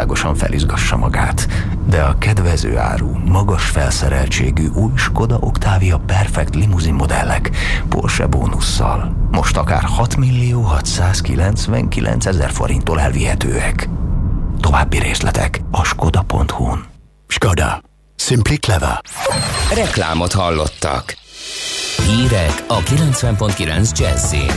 túlságosan felizgassa magát, de a kedvező áru, magas felszereltségű új Skoda Octavia Perfect limuzin modellek Porsche bónusszal most akár 6.699.000 forinttól elvihetőek. További részletek a skoda.hu-n. Skoda. Simply clever. Reklámot hallottak. Hírek a 90.9 Jazzin.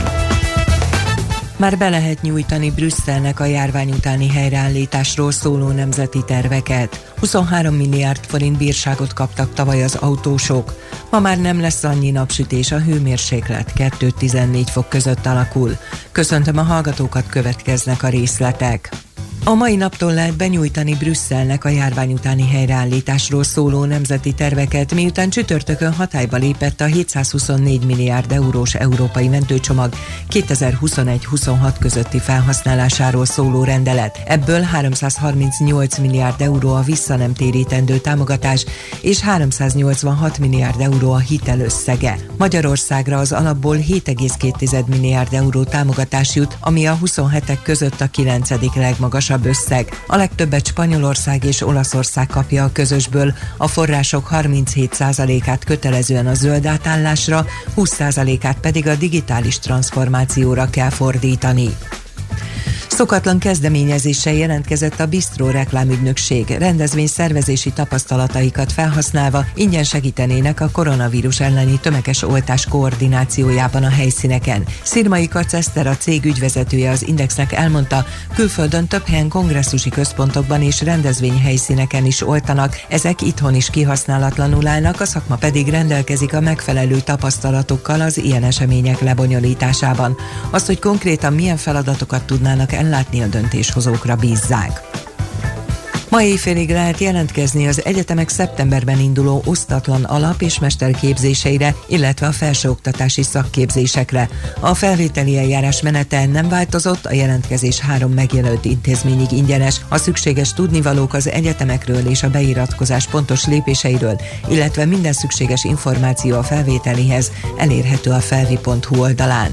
Már be lehet nyújtani Brüsszelnek a járvány utáni helyreállításról szóló nemzeti terveket. 23 milliárd forint bírságot kaptak tavaly az autósok. Ma már nem lesz annyi napsütés, a hőmérséklet 2-14 fok között alakul. Köszöntöm a hallgatókat, következnek a részletek. A mai naptól lehet benyújtani Brüsszelnek a járvány utáni helyreállításról szóló nemzeti terveket, miután csütörtökön hatályba lépett a 724 milliárd eurós európai mentőcsomag 2021-26 közötti felhasználásáról szóló rendelet. Ebből 338 milliárd euró a visszanemtérítendő támogatás és 386 milliárd euró a hitel összege. Magyarországra az alapból 7,2 milliárd euró támogatás jut, ami a 27-ek között a 9. legmagasabb összeg. A legtöbbet Spanyolország és Olaszország kapja a közösből, a források 37%-át kötelezően a zöld átállásra, 20%-át pedig a digitális transformációra kell fordítani. Szokatlan kezdeményezéssel jelentkezett a Bistró reklámügynökség. Rendezvény szervezési tapasztalataikat felhasználva ingyen segítenének a koronavírus elleni tömeges oltás koordinációjában a helyszíneken. Szirmai Kac Eszter, a cég ügyvezetője az Indexnek elmondta, külföldön több helyen kongresszusi központokban és rendezvényhelyszíneken is oltanak, ezek itthon is kihasználatlanul állnak, a szakma pedig rendelkezik a megfelelő tapasztalatokkal az ilyen események lebonyolításában. Azt, hogy konkrétan milyen feladatokat tudnának ellátni, a döntéshozókra bízzák. Ma éjfélig lehet jelentkezni az egyetemek szeptemberben induló osztatlan alap- és mesterképzéseire, illetve a felsőoktatási szakképzésekre. A felvételi eljárás menete nem változott, a jelentkezés 3 megjelölt intézményig ingyenes, a szükséges tudnivalók az egyetemekről és a beiratkozás pontos lépéseiről, illetve minden szükséges információ a felvételihez elérhető a felvi.hu oldalán.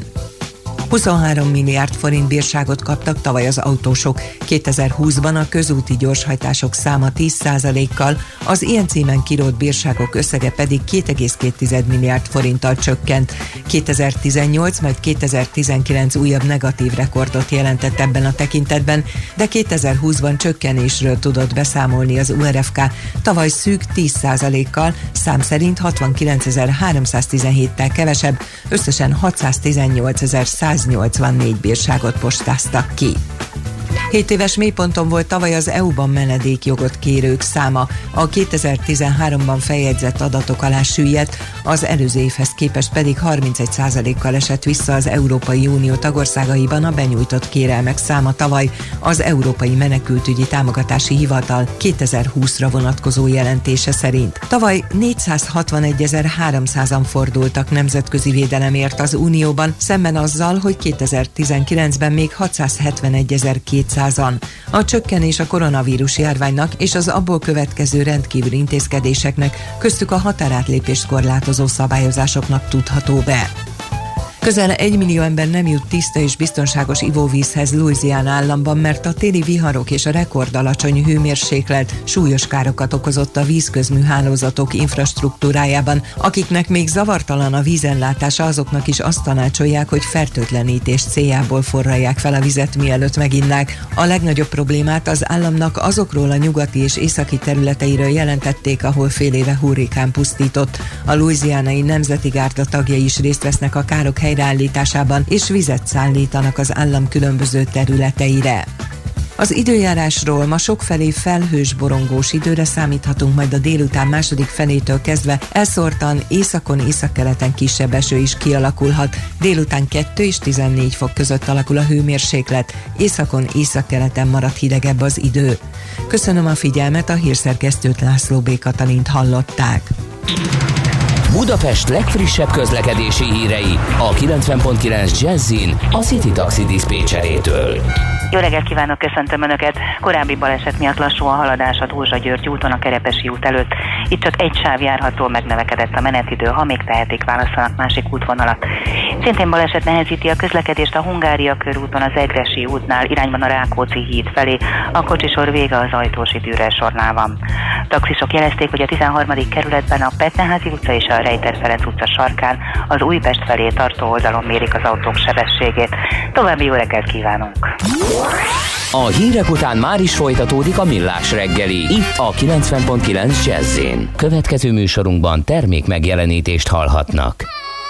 23 milliárd forint bírságot kaptak tavaly az autósok. 2020-ban a közúti gyorshajtások száma 10%-kal, az ilyen címen kirótt bírságok összege pedig 2,2 milliárd forinttal csökkent. 2018, majd 2019 újabb negatív rekordot jelentett ebben a tekintetben, de 2020-ban csökkenésről tudott beszámolni az URFK, tavaly szűk 10%-kal, szám szerint 69.317-tel kevesebb, összesen 618.184 bírságot postáztak ki. 7 éves mélyponton volt tavaly az EU-ban menedékjogot kérők száma. A 2013-ban feljegyzett adatok alá süllyedt, az előző évhez képest pedig 31%-kal esett vissza az Európai Unió tagországaiban a benyújtott kérelmek száma tavaly az Európai Menekültügyi Támogatási Hivatal 2020-ra vonatkozó jelentése szerint. Tavaly 461.300-an fordultak nemzetközi védelemért az Unióban, szemben azzal, hogy 2019-ben még 671.200-an. A csökkenés a koronavírus járványnak és az abból következő rendkívüli intézkedéseknek, köztük a határátlépést korlátozó szabályozásoknak tudható be. Közel 1 millió ember nem jut tiszta és biztonságos ivóvízhez Louisiana államban, mert a téli viharok és a rekordalacsony hőmérséklet súlyos károkat okozott a vízközműhálózatok infrastruktúrájában. Akiknek még zavartalan a vízellátása, azoknak is azt tanácsolják, hogy fertőtlenítés céljából forralják fel a vizet, mielőtt meginnák. A legnagyobb problémát az államnak azokról a nyugati és északi területeiről jelentették, ahol fél éve hurrikán pusztított. A Louisianai Nemzeti Gárda tagjai is részt vesznek a károk helyreállításában, és vizet szállítanak az állam különböző területeire. Az időjárásról: ma sokfelé felhős, borongós időre számíthatunk, majd a délután második felétől kezdve elszórtan északon, északkeleten kisebb eső is kialakulhat. Délután 2 és 14 fok között alakul a hőmérséklet, északon, északkeleten marad hidegebb az idő. Köszönöm a figyelmet, a hírszerkesztőt, László B. Katalint hallották. Budapest legfrissebb közlekedési hírei a 90.9 Jazzin a City Taxi diszpécserétől. Jó reggelt kívánok, köszöntöm Önöket! Korábbi baleset miatt lassú a haladás a Dózsa-György úton a Kerepesi út előtt. Itt csak egy sáv járható, megnövekedett a menetidő, ha még tehetik, válaszolnak másik útvonalat. Szintén baleset nehezíti a közlekedést a Hungária körúton, az Egressy útnál, irányban a Rákóczi híd felé, a kocsisor vége az Ajtósi Dürer-sornál van. Taxisok jelezték, hogy a 13. kerületben a Petneházi utca és a Rejter Ferenc utca sarkán az Újpest felé tartó oldalon mérik az autók sebességét. További jó reggelt kívánunk! A hírek után már is folytatódik a Millás reggeli, itt a 90.9 Jazz-in. Következő műsorunkban termék megjelenítést hallhatnak.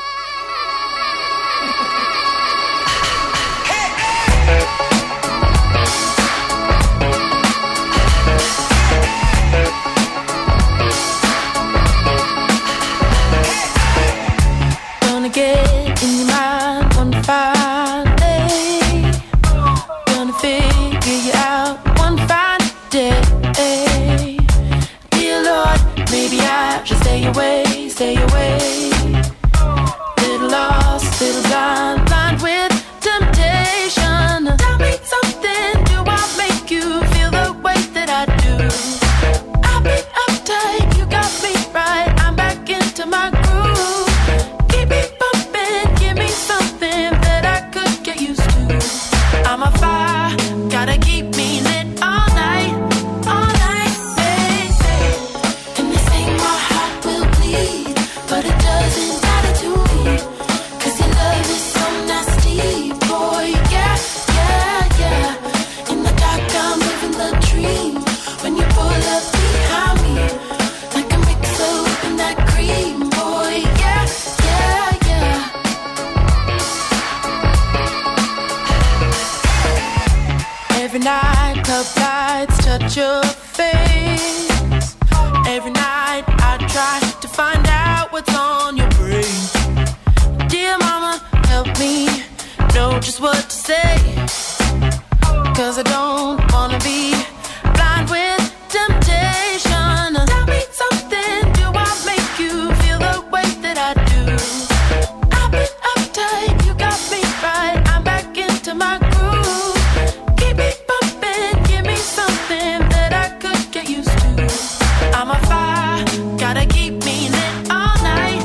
Stay away. Little lost, little blind, blind with temptation. Tell me something, do I make you feel the way that I do? I've been uptight, you got me right, I'm back into my groove. Keep me bumping, give me something that I could get used to. I'm a fire, gotta keep me lit all night, all night, hey, hey. And they say my heart will bleed, but it doesn't matter to me, 'cause your love is so nasty, boy, yeah, yeah, yeah. In the dark I'm living the dream, when you pull up behind me, like a mix-up in that cream, boy, yeah, yeah, yeah. Every night club lights touch your face, every night I try to find out what's on your brain. Dear mama, help me know just what to say, 'cause I don't wanna be blind with temptation. Tell me something, do I make you feel the way that I do? I've been uptight, you got me right, I'm back into my groove. Keep me bumping, give me something that I could get used to. I'm a fire, gotta keep me lit all night,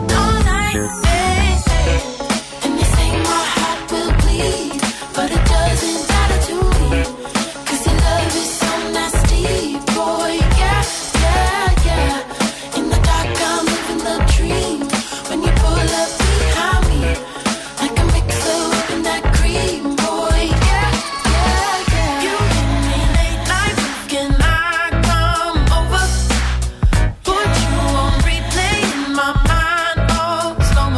hey, hey. And they say my heart will bleed, but it doesn't matter to me, 'cause your love is so nasty, boy, yeah, yeah, yeah. In the dark I'm living the dream, when you pull up behind me, like a mix-up in that cream, boy, yeah, yeah, yeah. You hit me late night, can I come over? Put you on replay in my mind, oh, slow-mo.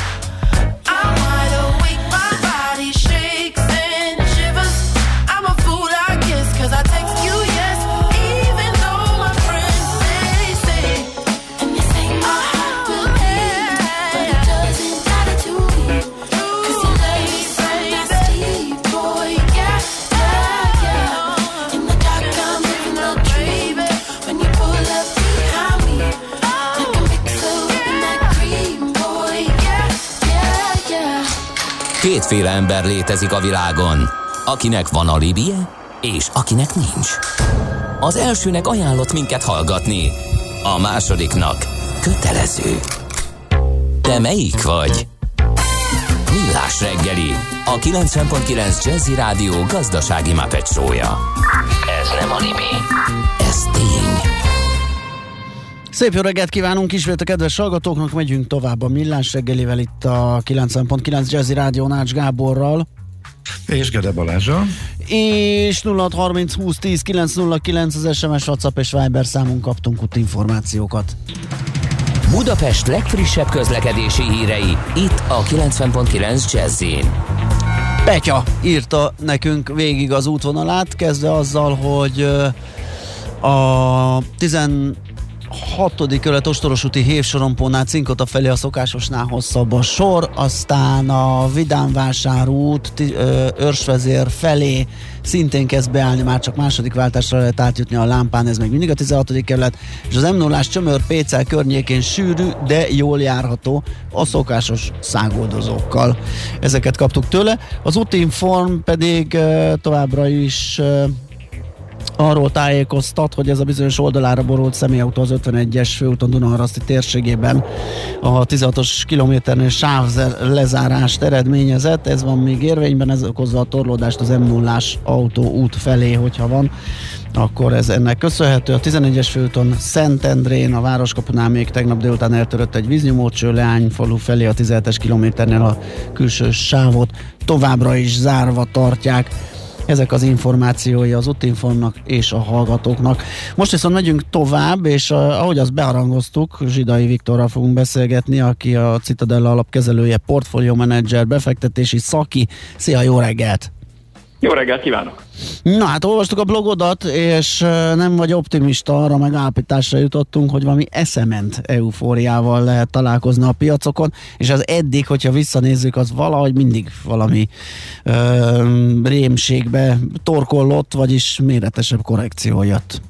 I'm wide awake, my body shakes and shivers. I'm a fool, I guess, 'cause I text you, yes, even though my friends say. And they say my heart will bleed, but it doesn't matter to me, 'cause your love is so nasty, boy, yeah, yeah, yeah. In the dark I'm living the dream, when you pull up behind me, like a mix-up in that cream, boy, yeah, yeah, yeah. Kétféle ember létezik a világon, akinek van alibije, és akinek nincs. Az elsőnek ajánlott minket hallgatni, a másodiknak kötelező. Te melyik vagy? Millás reggeli, a 90.9 Jazzy Rádió gazdasági Muppet show-ja. Ez nem anime, ez tény. Szép jó reggelt kívánunk ismét a kedves hallgatóknak, megyünk tovább a Millás reggelivel itt a 90.9 Jazzy Rádió Nács Gáborral. És Gede Balázsa. És 0630 20 10 909 az SMS, WhatsApp és Viber számunk, kaptunk útinformációkat. Budapest legfrissebb közlekedési hírei, itt a 90.9 Jazz-in. Petya írta nekünk végig az útvonalát, kezdve azzal, hogy a 16. kerület Ostoros úti hévsorompónál Cinkota felé a szokásosnál hosszabb a sor, aztán a Vidánvásár út Őrsvezér felé szintén kezd beállni, már csak második váltásra lehet átjutni a lámpán, ez még mindig a 16. kerület, és az M0-ás Csömör-Pécel környékén sűrű, de jól járható a szokásos száguldozókkal. Ezeket kaptuk tőle. Az útinform pedig továbbra is arról tájékoztat, hogy ez a bizonyos oldalára borult személyautó az 51-es főúton Dunaharaszti térségében a 16-os kilométernél sávlezárást eredményezett. Ez van még érvényben, ez okozza a torlódást az M0-ás autóút felé, hogyha van, akkor ez ennek köszönhető. A 11-es főúton Szentendrén, a Városkapunál még tegnap délután eltörött egy víznyomócső, Leányfalu felé a 17-es kilométernél a külső sávot továbbra is zárva tartják. Ezek az információi az Útinformnak és a hallgatóknak. Most viszont megyünk tovább, és ahogy azt beharangoztuk, Zsidai Viktorral fogunk beszélgetni, aki a Citadella alapkezelője, portfólió menedzser, befektetési szaki. Szia, jó reggelt! Jó reggelt kívánok! Na hát olvastuk a blogodat, és nem vagy optimista, arra megállapításra jutottunk, hogy valami eszement eufóriával lehet találkozni a piacokon, és az eddig, hogyha visszanézzük, az valahogy mindig valami rémségbe torkollott, vagyis méretesebb korrekció jött.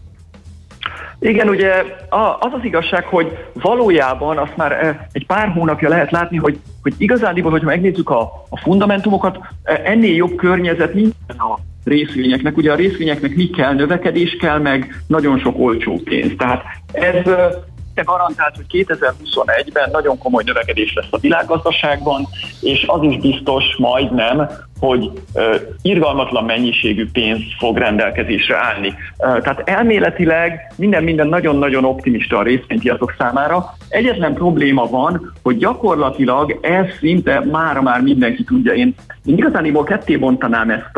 Igen, ugye az az igazság, hogy valójában azt már egy pár hónapja lehet látni, hogy igazándiból, hogyha megnézzük a fundamentumokat, ennél jobb környezet nincs a részvényeknek. Ugye a részvényeknek mi kell? Növekedés kell, meg nagyon sok olcsó pénz. Tehát ez garantált, hogy 2021-ben nagyon komoly növekedés lesz a világgazdaságban, és az is biztos majdnem, hogy irgalmatlan mennyiségű pénz fog rendelkezésre állni. Tehát elméletileg minden nagyon-nagyon optimista a részvénypiacok számára. Egyetlen probléma van, hogy gyakorlatilag ez szinte mára már mindenki tudja. Én igazániból ketté bontanám ezt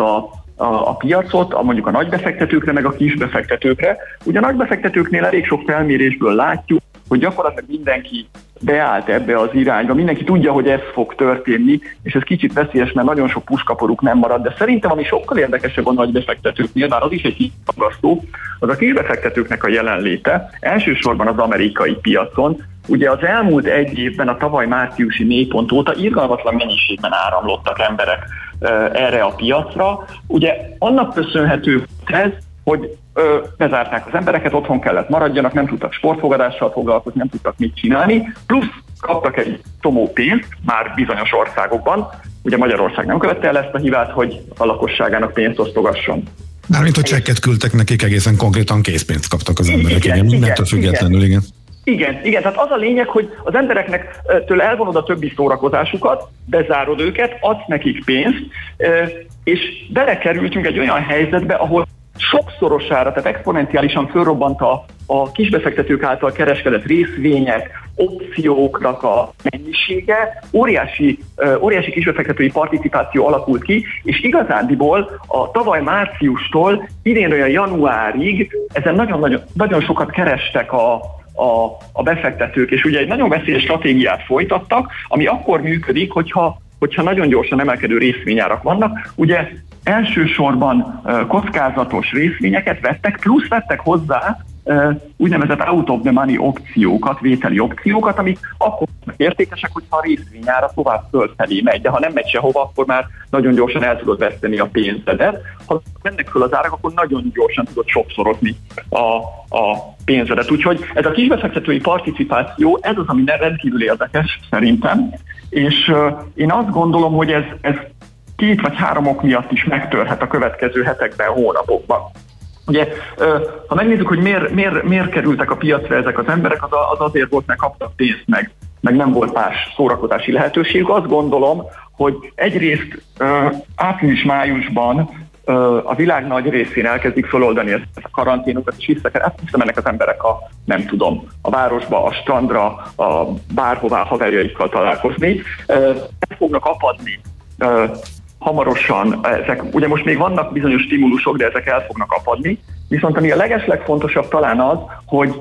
a piacot, mondjuk a nagybefektetőkre, meg a kisbefektetőkre. Ugye a nagybefektetőknél elég sok felmérésből látjuk, hogy gyakorlatilag mindenki beállt ebbe az irányba, mindenki tudja, hogy ez fog történni, és ez kicsit veszélyes, mert nagyon sok puskaporuk nem marad, de szerintem ami sokkal érdekesebb a nagybefektetőknél, bár az is egy kiszagasztó, az a kisbefektetőknek a jelenléte, elsősorban az amerikai piacon. Ugye az elmúlt egy évben, a tavaly márciusi mélypont óta irgalmatlan mennyiségben áramlottak emberek erre a piacra. Ugye annak köszönhető ez, hogy bezárták az embereket, otthon kellett maradjanak, nem tudtak sportfogadással foglalkozni, nem tudtak mit csinálni, plusz kaptak egy tomó pénzt már bizonyos országokban. Ugye Magyarország nem követte el ezt a hibát, hogy a lakosságának pénzt osztogasson. Mármint, hogy csekket küldtek nekik, egészen konkrétan készpénzt kaptak az emberek, igen, mindentől függetlenül, igen. Igen, tehát az a lényeg, hogy az embereknek től elvonod a többi szórakozásukat, bezárod őket, adsz nekik pénzt, és belekerültünk egy olyan helyzetbe, ahol sokszorosára, tehát exponenciálisan fölrobbant a kisbefektetők által kereskedett részvények, opcióknak a mennyisége, óriási kisbefektetői participáció alakult ki, és igazándiból a tavaly márciustól idén olyan januárig ezen nagyon sokat kerestek a befektetők, és ugye egy nagyon veszélyes stratégiát folytattak, ami akkor működik, hogyha nagyon gyorsan emelkedő részvényárak vannak. Ugye elsősorban kockázatos részvényeket vettek, plusz vettek hozzá úgynevezett out of the money opciókat, vételi opciókat, amik akkor értékesek, hogyha a részvényára tovább fölfelé megy, de ha nem megy sehova, akkor már nagyon gyorsan el tudod veszteni a pénzedet. Ha mennek föl az árak, akkor nagyon gyorsan tudod sokszorozni a pénzedet. Úgyhogy ez a kisbefektetői participáció, ez az, ami rendkívül érdekes szerintem, és én azt gondolom, hogy ez 2 vagy 3 ok miatt is megtörhet a következő hetekben, hónapokban. Ugye, ha megnézzük, hogy miért kerültek a piacra ezek az emberek, az azért volt, mert kaptak pénzt, meg nem volt más szórakozási lehetőség. Azt gondolom, hogy egyrészt április-májusban a világ nagy részén elkezdik feloldani ezt a karanténokat, és visszamennek az emberek a városba, a strandra, bárhová haverjaikkal találkozni. Ezt fognak apadni hamarosan, ugye most még vannak bizonyos stimulusok, de ezek el fognak apadni, viszont ami a legeslegfontosabb talán az, hogy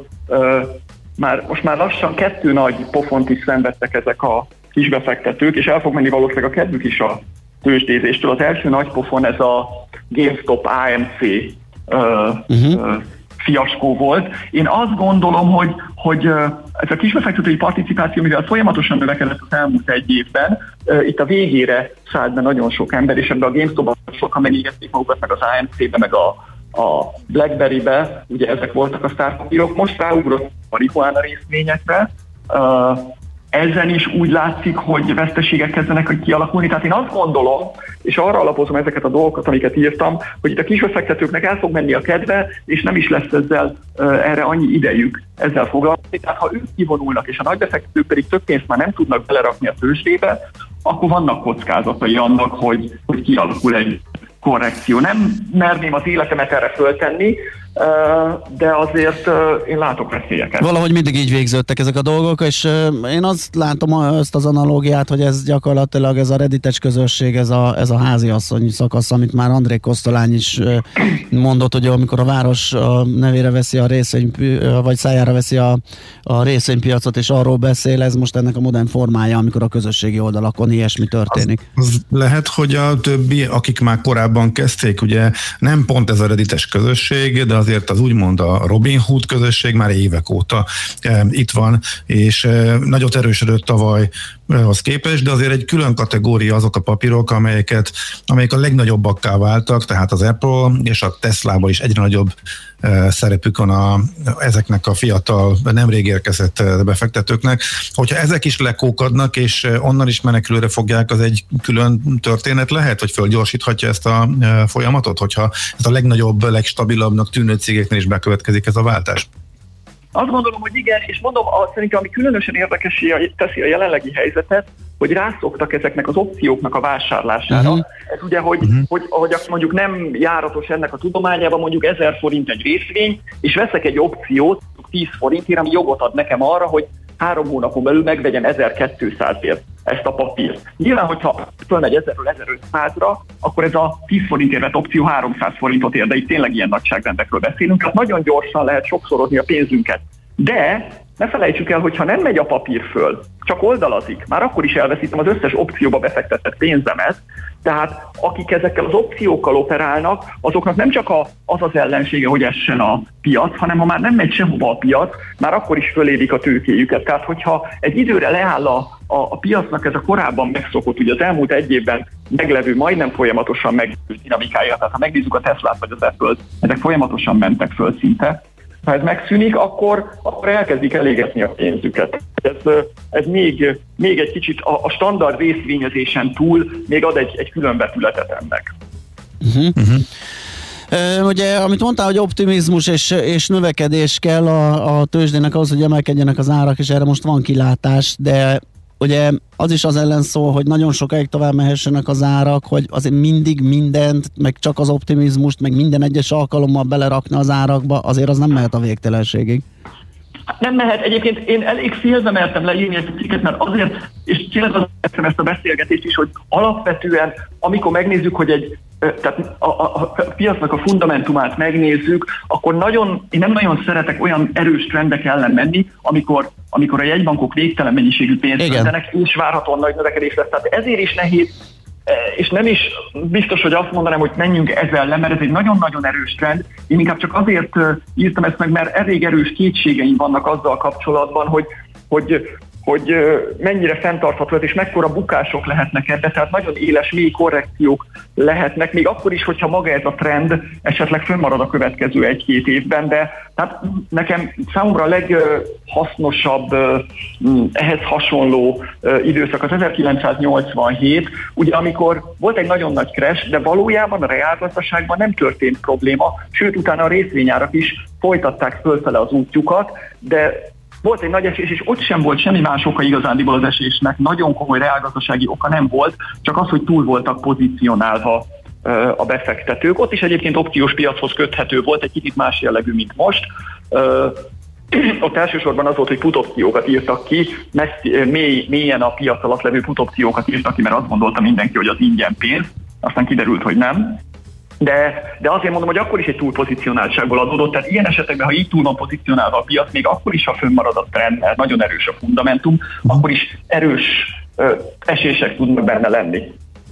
most már lassan 2 nagy pofont is szenvedtek ezek a kisbefektetők, és el fog menni valószínűleg a kedvük is a tőzsdézéstől. Az első nagy pofon ez a GameStop AMC fiaskó volt. Én azt gondolom, hogy ez a kisbefektetői participáció, mivel folyamatosan növekedett az elmúlt egy évben, itt a végére szállt be nagyon sok ember, és ebben a GameStop-ban sokan megígezték magukat, meg az AMC-be, meg a BlackBerry-be, ugye ezek voltak a sztárpapírok, most ráugrott a marihuána részvényekre, ezen is úgy látszik, hogy veszteségek kezdenek kialakulni. Tehát én azt gondolom, és arra alapozom ezeket a dolgokat, amiket írtam, hogy itt a kisbefektetőknek el fog menni a kedve, és nem is lesz ezzel erre annyi idejük ezzel foglalkozni. Tehát ha ők kivonulnak, és a nagybefektetők pedig több pénzt már nem tudnak belerakni a tőzsdébe, akkor vannak kockázatai annak, hogy kialakul egy korrekció. Nem merném az életemet erre föltenni, de azért én látok veszélyeket. Valahogy mindig így végződtek ezek a dolgok, és én azt látom ezt az analógiát, hogy ez gyakorlatilag ez a Reddites közösség, ez a háziasszony szakasz, amit már André Kosztolány is mondott, hogy amikor a város a nevére veszi a vagy szájára veszi a részvénypiacot, és arról beszél, ez most ennek a modern formája, amikor a közösségi oldalakon ilyesmi történik. Az lehet, hogy a többi, akik már korábban kezdték, ugye nem pont ez a Reddites közösség, de azért az úgymond a Robin Hood közösség már évek óta itt van, és nagyot erősödött tavalyhoz képest, de azért egy külön kategória azok a papírok, amelyek a legnagyobbakká váltak, tehát az Apple és a Teslában is egyre nagyobb szerepük van ezeknek a fiatal, nemrég érkezett befektetőknek. Hogyha ezek is lekókadnak, és onnan is menekülőre fogják, az egy külön történet lehet, hogy fölgyorsíthatja ezt a folyamatot, hogyha ez a legnagyobb, legstabilabbnak tűnő cégeknél is bekövetkezik ez a váltás? Azt gondolom, hogy igen, és mondom, szerintem ami különösen érdekessé teszi a jelenlegi helyzetet, hogy rászoktak ezeknek az opcióknak a vásárlására. Ez ugye, hogy aki mondjuk nem járatos ennek a tudományában, mondjuk 1000 forint egy részvény, és veszek egy opciót, 10 forintért, ami jogot ad nekem arra, hogy 3 hónapon belül megvegyem 1200-ért ezt a papírt. Nyilván, hogyha fölmegy 1000-ről 1500-ra, akkor ez a 10 forintért vett opció 300 forintot ér, de itt tényleg ilyen nagyságrendekről beszélünk, tehát nagyon gyorsan lehet sokszorozni a pénzünket. De ne felejtsük el, hogy ha nem megy a papír föl, csak oldalazik, már akkor is elveszítem az összes opcióba befektetett pénzemet, tehát akik ezekkel az opciókkal operálnak, azoknak nem csak az ellensége, hogy essen a piac, hanem ha már nem megy sehova a piac, már akkor is fölélik a tőkéjüket. Tehát hogyha egy időre leáll a piacnak ez a korábban megszokott, ugye az elmúlt egy évben meglevő, majdnem folyamatosan meglevő dinamikája, tehát ha megnézzük a Teslát vagy az Apple-t, ezek folyamatosan mentek föl szinte. Ha ez megszűnik, akkor elkezdik elégetni a pénzüket. Ez még egy kicsit a standard részvényezésen túl még ad egy külön vetületet ennek. Ugye, amit mondtál, hogy optimizmus és növekedés kell a tőzsdének ahhoz, hogy emelkedjenek az árak, és erre most van kilátás, de ugye az is az ellen szól, hogy nagyon sokáig tovább mehessenek az árak, hogy azért mindig mindent, meg csak az optimizmust, meg minden egyes alkalommal belerakni az árakba, azért az nem mehet a végtelenségig. Nem mehet. Egyébként én elég félve mertem leírni ezt a cikket, mert azért, és tényleg azért vettem ezt a beszélgetést is, hogy alapvetően, amikor megnézzük, hogy tehát a piacnak a fundamentumát megnézzük, akkor én nem nagyon szeretek olyan erős trendek ellen menni, amikor a jegybankok végtelen mennyiségű pénzt költenek, és várhatóan nagy növekedés lesz. Tehát ezért is nehéz, és nem is biztos, hogy azt mondanám, hogy menjünk ezzel le, mert ez egy nagyon-nagyon erős trend. Én inkább csak azért írtam ezt meg, mert elég erős kétségeim vannak azzal kapcsolatban, hogy mennyire fenntartható ez, és mekkora bukások lehetnek ebbe, tehát nagyon éles, mély korrekciók lehetnek, még akkor is, hogyha maga ez a trend esetleg fönnmarad a következő 1-2 évben, de tehát nekem számomra a leghasznosabb ehhez hasonló időszak az 1987, ugye amikor volt egy nagyon nagy crash, de valójában a reálgazdaságban nem történt probléma, sőt utána a részvényárak is folytatták fölfele az útjukat, de volt egy nagy esés, és ott sem volt semmi más oka igazándiból az esésnek, nagyon komoly reálgazdasági oka nem volt, csak az, hogy túl voltak pozícionálva a befektetők. Ott is egyébként opciós piachoz köthető volt, egy kicsit más jellegű, mint most. Ott elsősorban az volt, hogy put-opciókat írtak ki, mélyen a piac alatt levő put-opciókat írtak ki, mert azt gondolta mindenki, hogy az ingyen pénz, aztán kiderült, hogy nem. De azért mondom, hogy akkor is egy túlpozicionáltságból adódott, tehát ilyen esetekben, ha így túl van pozicionálva a piac, még akkor is, ha fönnmarad a trend, mert nagyon erős a fundamentum, akkor is erős esések tudnak benne lenni.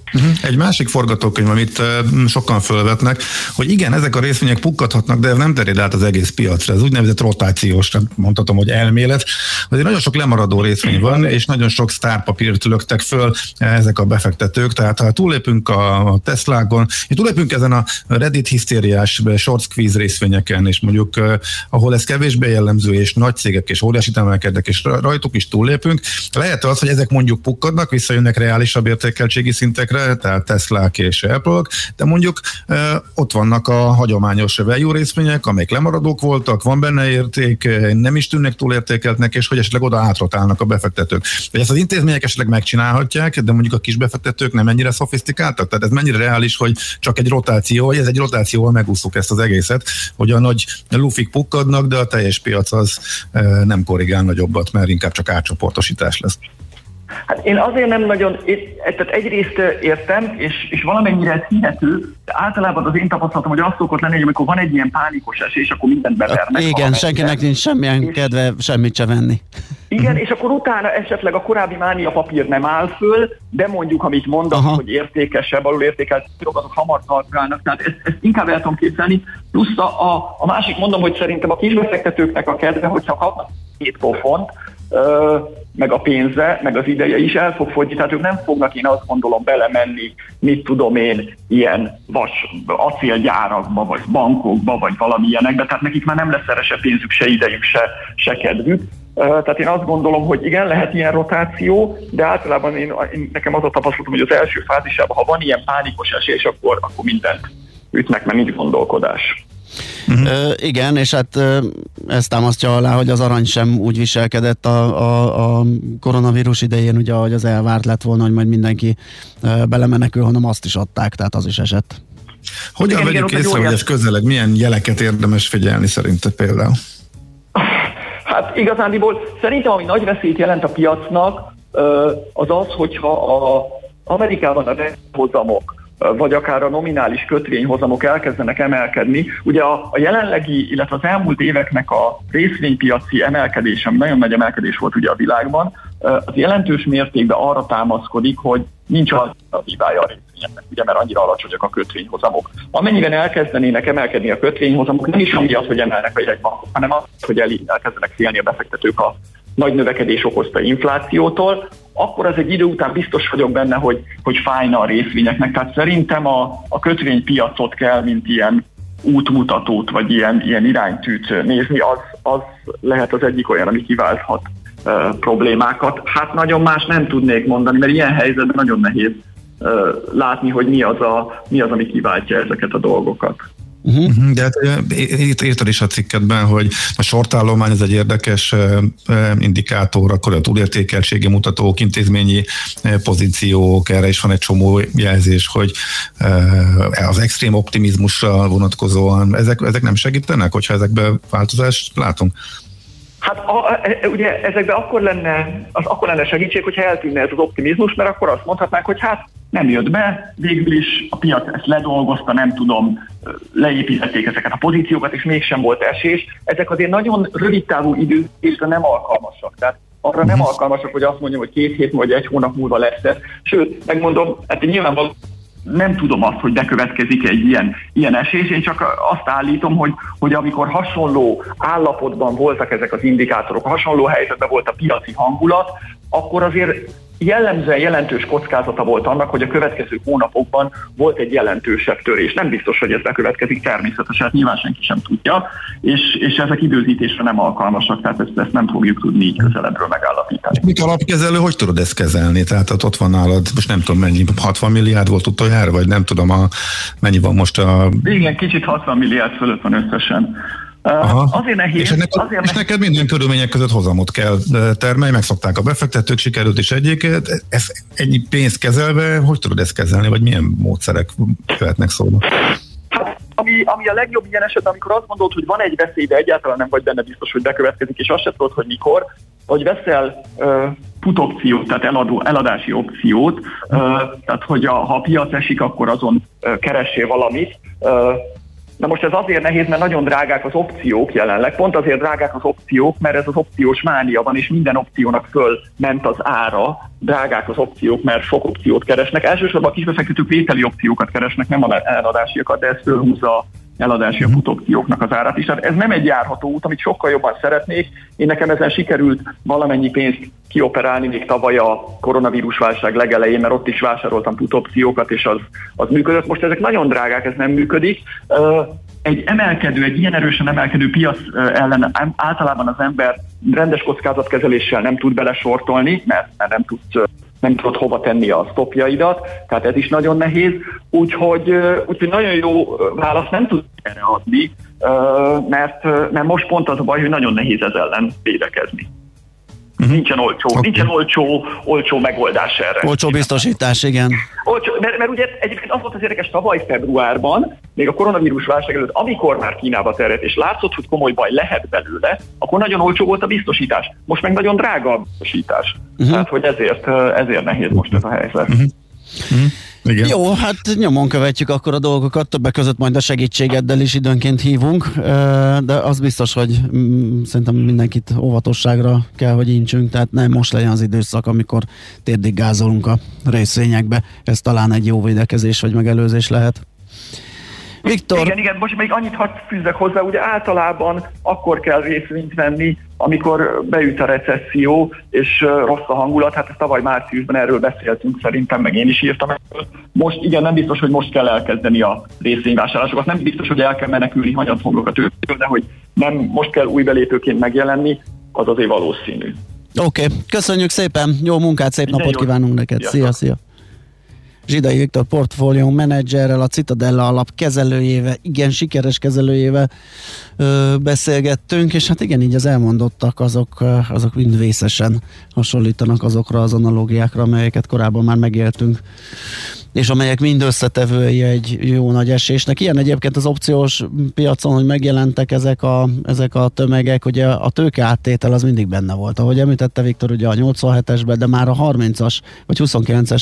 Egy másik forgatókönyv, amit sokan fölvetnek, hogy igen, ezek a részvények pukkadhatnak, de ez nem terjed át az egész piacra. Ez úgynevezett rotációs, mondhatom, hogy elmélet. Azért nagyon sok lemaradó részvény van, és nagyon sok sztárpapírt löktek föl ezek a befektetők. Tehát ha túlépünk a Teslákon, és túlépünk ezen a Reddit hisztériás short squeeze részvényeken, és mondjuk ahol ez kevésbé jellemző, és nagy cégek és óriási emelkednek, és rajtuk is túllépünk, lehet az, hogy ezek mondjuk pukkadnak, visszajönnek reálisabb értékeltségi szintekre, tehát Teslák és Apple-ok, de mondjuk ott vannak a hagyományos value részvények, amelyek lemaradók voltak, van benne érték, nem is tűnnek túlértékeltnek, és hogy esetleg oda átrotálnak a befektetők. Vagy ezt az intézmények esetleg megcsinálhatják, de mondjuk a kis befektetők nem ennyire szofisztikáltak? Tehát ez mennyire reális, hogy csak egy rotáció, vagy ez egy rotációval megúszuk ezt az egészet, hogy a nagy lufik pukkadnak, de a teljes piac az nem korrigál nagyobbat, mert inkább csak átcsoportosítás lesz. Hát én azért nem nagyon, tehát egyrészt értem, és valamennyire ez hihető, de általában az én tapasztalatom, hogy az szokott lenni, hogy amikor van egy ilyen pánikos esés, akkor mindent bevernek. Igen, senkinek nincs semmilyen kedve semmit se venni. Igen, és akkor utána esetleg a korábbi mánia papír nem áll föl, de mondjuk, amit mondasz, hogy értékesebb, alul értékelt, azok hamar találnak, tehát ezt inkább el tudom képzelni. Plusz a másik mondom, hogy szerintem a kisbefektetőknek a kedve, hogyha kapnak 2 pofont, meg a pénze, meg az ideje is el fog fogyni, tehát ők nem fognak, én azt gondolom, belemenni, mit tudom én, ilyen acélgyárakba, vagy bankokba, vagy valamilyenekbe, tehát nekik már nem lesz erre se pénzük, se idejük, se kedvük. Tehát én azt gondolom, hogy igen, lehet ilyen rotáció, de általában nekem az a tapasztalatom, hogy az első fázisában, ha van ilyen pánikos esés, akkor mindent ütnek, mert nincs gondolkodás. Igen, és hát ezt támasztja alá, hogy az arany sem úgy viselkedett a koronavírus idején, ugye, ahogy az elvárt lett volna, hogy majd mindenki belemenekül, hanem azt is adták, tehát az is esett. Hogyan vegyük észre, hogy ez közeleg? Milyen jeleket érdemes figyelni szerinted például? Hát igazándiból szerintem, ami nagy veszélyt jelent a piacnak, az az, hogyha Amerikában a hozamok, vagy akár a nominális kötvényhozamok elkezdenek emelkedni. Ugye a jelenlegi, illetve az elmúlt éveknek a részvénypiaci emelkedés, ami nagyon nagy emelkedés volt ugye a világban, az jelentős mértékben arra támaszkodik, hogy nincs alternatívája a részvényeknek, ugye, mert annyira alacsonyak a kötvényhozamok. Amennyiben elkezdenének emelkedni a kötvényhozamok, nem is amiatt, hogy emelnek a jegybankok, hanem az, hogy elkezdenek félni a befektetők a nagy növekedés okozta inflációtól, akkor az egy idő után biztos vagyok benne, hogy fájna a részvényeknek. Tehát szerintem a kötvénypiacot kell, mint ilyen útmutatót, vagy ilyen iránytűt nézni, az lehet az egyik olyan, ami kiválthat problémákat. Hát nagyon más nem tudnék mondani, mert ilyen helyzetben nagyon nehéz látni, hogy mi az, ami kiváltja ezeket a dolgokat. De hát itt írtad is a cikketben, hogy a sortállomány az egy érdekes indikátor, akkor a túlértékeltségi mutatók, intézményi pozíciók, erre is van egy csomó jelzés, hogy az extrém optimizmussal vonatkozóan ezek nem segítenek, hogyha ezekben változást látunk? Hát ugye ezekben akkor lenne segítség, hogyha eltűnne ez az optimizmus, mert akkor azt mondhatnánk, hogy hát nem jött be, végül is a piac ezt ledolgozta, nem tudom, leépítették ezeket a pozíciókat, és mégsem volt esés. Ezek azért nagyon rövid távú időzésre nem alkalmasak. Tehát arra nem alkalmasak, hogy azt mondjam, hogy 2 hét vagy 1 hónap múlva lesz ez. Sőt, megmondom, hát nyilvánvalóan nem tudom azt, hogy bekövetkezik egy ilyen esés, én csak azt állítom, hogy amikor hasonló állapotban voltak ezek az indikátorok, hasonló helyzetben volt a piaci hangulat, akkor azért jellemzően jelentős kockázata volt annak, hogy a következő hónapokban volt egy jelentősebb törés. Nem biztos, hogy ez bekövetkezik, természetesen, hát nyilván senki sem tudja, és ezek időzítésre nem alkalmasak, tehát ezt nem fogjuk tudni így közelebbről megállapítani. Mit alapkezelő, hogy tudod ezt kezelni? Tehát ott van nálad, most nem tudom mennyi, 60 milliárd volt utoljára, vagy nem tudom, mennyi van most a... Igen, kicsit 60 milliárd fölött van összesen. Azért nehéz. És neked minden körülmények között hozamot kell termelni, megszokták a befektetők, sikerült is egyiket. Ennyi pénzt kezelve, hogy tudod ezt kezelni, vagy milyen módszerek követnek szóba? Hát, ami a legjobb ilyen esetben, amikor azt mondod, hogy van egy veszély, de egyáltalán nem vagy benne biztos, hogy bekövetkezik, és azt se tudod, hogy mikor, hogy veszel put opciót, tehát eladási opciót, tehát hogy ha a piac esik, akkor azon keressél valamit, Na most ez azért nehéz, mert nagyon drágák az opciók jelenleg. Pont azért drágák az opciók, mert ez az opciós mánia van, és minden opciónak fölment az ára. Drágák az opciók, mert sok opciót keresnek. Elsősorban a kisbefektetők vételi opciókat keresnek, nem eladásiakat, de ez fölhúzza eladási a opcióknak az árat is. Tehát ez nem egy járható út, amit sokkal jobban szeretnék. Én nekem ezen sikerült valamennyi pénzt kioperálni még tavaly a koronavírus válság legelején, mert ott is vásároltam opciókat, és az működött. Most ezek nagyon drágák, ez nem működik. Egy ilyen erősen emelkedő piac ellen általában az ember rendes kockázatkezeléssel nem tud belesortolni, mert nem tudod hova tenni a stopjaidat, tehát ez is nagyon nehéz, úgyhogy nagyon jó választ nem tud erre adni, mert most pont az a baj, hogy nagyon nehéz ez ellen védekezni. Nincsen olcsó megoldás erre. Olcsó biztosítás, igen. Mert ugye egyébként az volt az érdekes tavaly februárban, még a koronavírus válság előtt, amikor már Kínába terjedt, és látszott, hogy komoly baj lehet belőle, akkor nagyon olcsó volt a biztosítás. Most meg nagyon drága a biztosítás. Tehát, hogy ezért nehéz most ez a helyzet. Igen. Jó, hát nyomon követjük akkor a dolgokat, többek között majd a segítségeddel is időnként hívunk, de az biztos, hogy szerintem mindenkit óvatosságra kell, hogy intsünk, tehát nem most legyen az időszak, amikor térdig gázolunk a részvényekbe, ez talán egy jó védekezés vagy megelőzés lehet. Viktor. Igen, most még annyit hadd fűzzek hozzá, ugye általában akkor kell részvényt venni, amikor beüt a recesszió, és rossz a hangulat, hát ezt tavaly márciusban erről beszéltünk szerintem, meg én is írtam erről. Most igen, nem biztos, hogy most kell elkezdeni a részvényvásárlásokat, nem biztos, hogy el kell menekülni hanyatfoglókat őktől, de hogy nem most kell új belépőként megjelenni, az azért valószínű. Oké, köszönjük szépen, jó munkát, szép napot kívánunk neked, szia! Zsidai Viktor portfólió menedzserrel, a Citadella alap kezelőjével, igen sikeres kezelőjével beszélgettünk, és hát igen, így az elmondottak, azok mind vészesen hasonlítanak azokra az analógiákra, amelyeket korábban már megéltünk, és amelyek mind összetevői egy jó nagy esésnek. Ilyen egyébként az opciós piacon, hogy megjelentek ezek a tömegek, ugye a tőkeáttétel az mindig benne volt. Ahogy említette Viktor, ugye a 87-esben, de már a 30-as vagy 29-es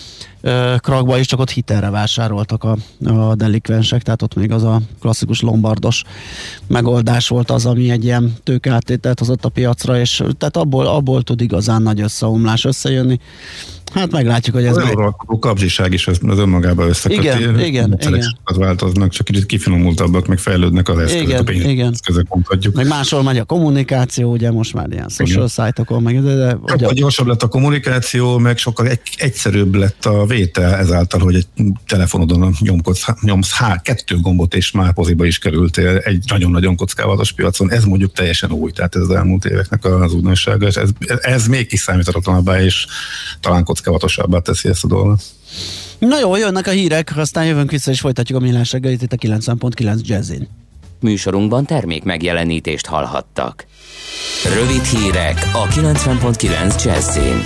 krakba is, csak ott hitelre vásároltak a delikvensek, tehát ott még az a klasszikus lombardos megoldás volt az, ami egy ilyen tőkeáttételt hozott a piacra, és tehát abból tud igazán nagy összeomlás összejönni. Hát meglátjuk, hogy ez a kapzsiság is az önmagában összeköti. Igen. Az változnak, csak kicsit kifinomultabbak, meg fejlődnek az eszközök, mondhatjuk. Meg máshol megy a kommunikáció, ugye most már ilyen social site-okon, meg sokkal gyorsabb lett a kommunikáció, meg sokkal egyszerűbb lett a vétel ezáltal, hogy egy telefonodon nyomsz 2 gombot, és már poziba is kerültél egy nagyon-nagyon kockávatos piacon. Ez mondjuk teljesen új, tehát ez az elmúlt éveknek az újdonsága, és ez még kiszámíthatatlanabbá, és talán kockávatosabbá teszi ezt a dolgot. Na jó, jönnek a hírek, aztán jövünk vissza és folytatjuk a Millás reggelit itt a 90.9 Jazzin. Műsorunkban termék megjelenítést hallhattak. Rövid hírek a 90.9 Jazzin.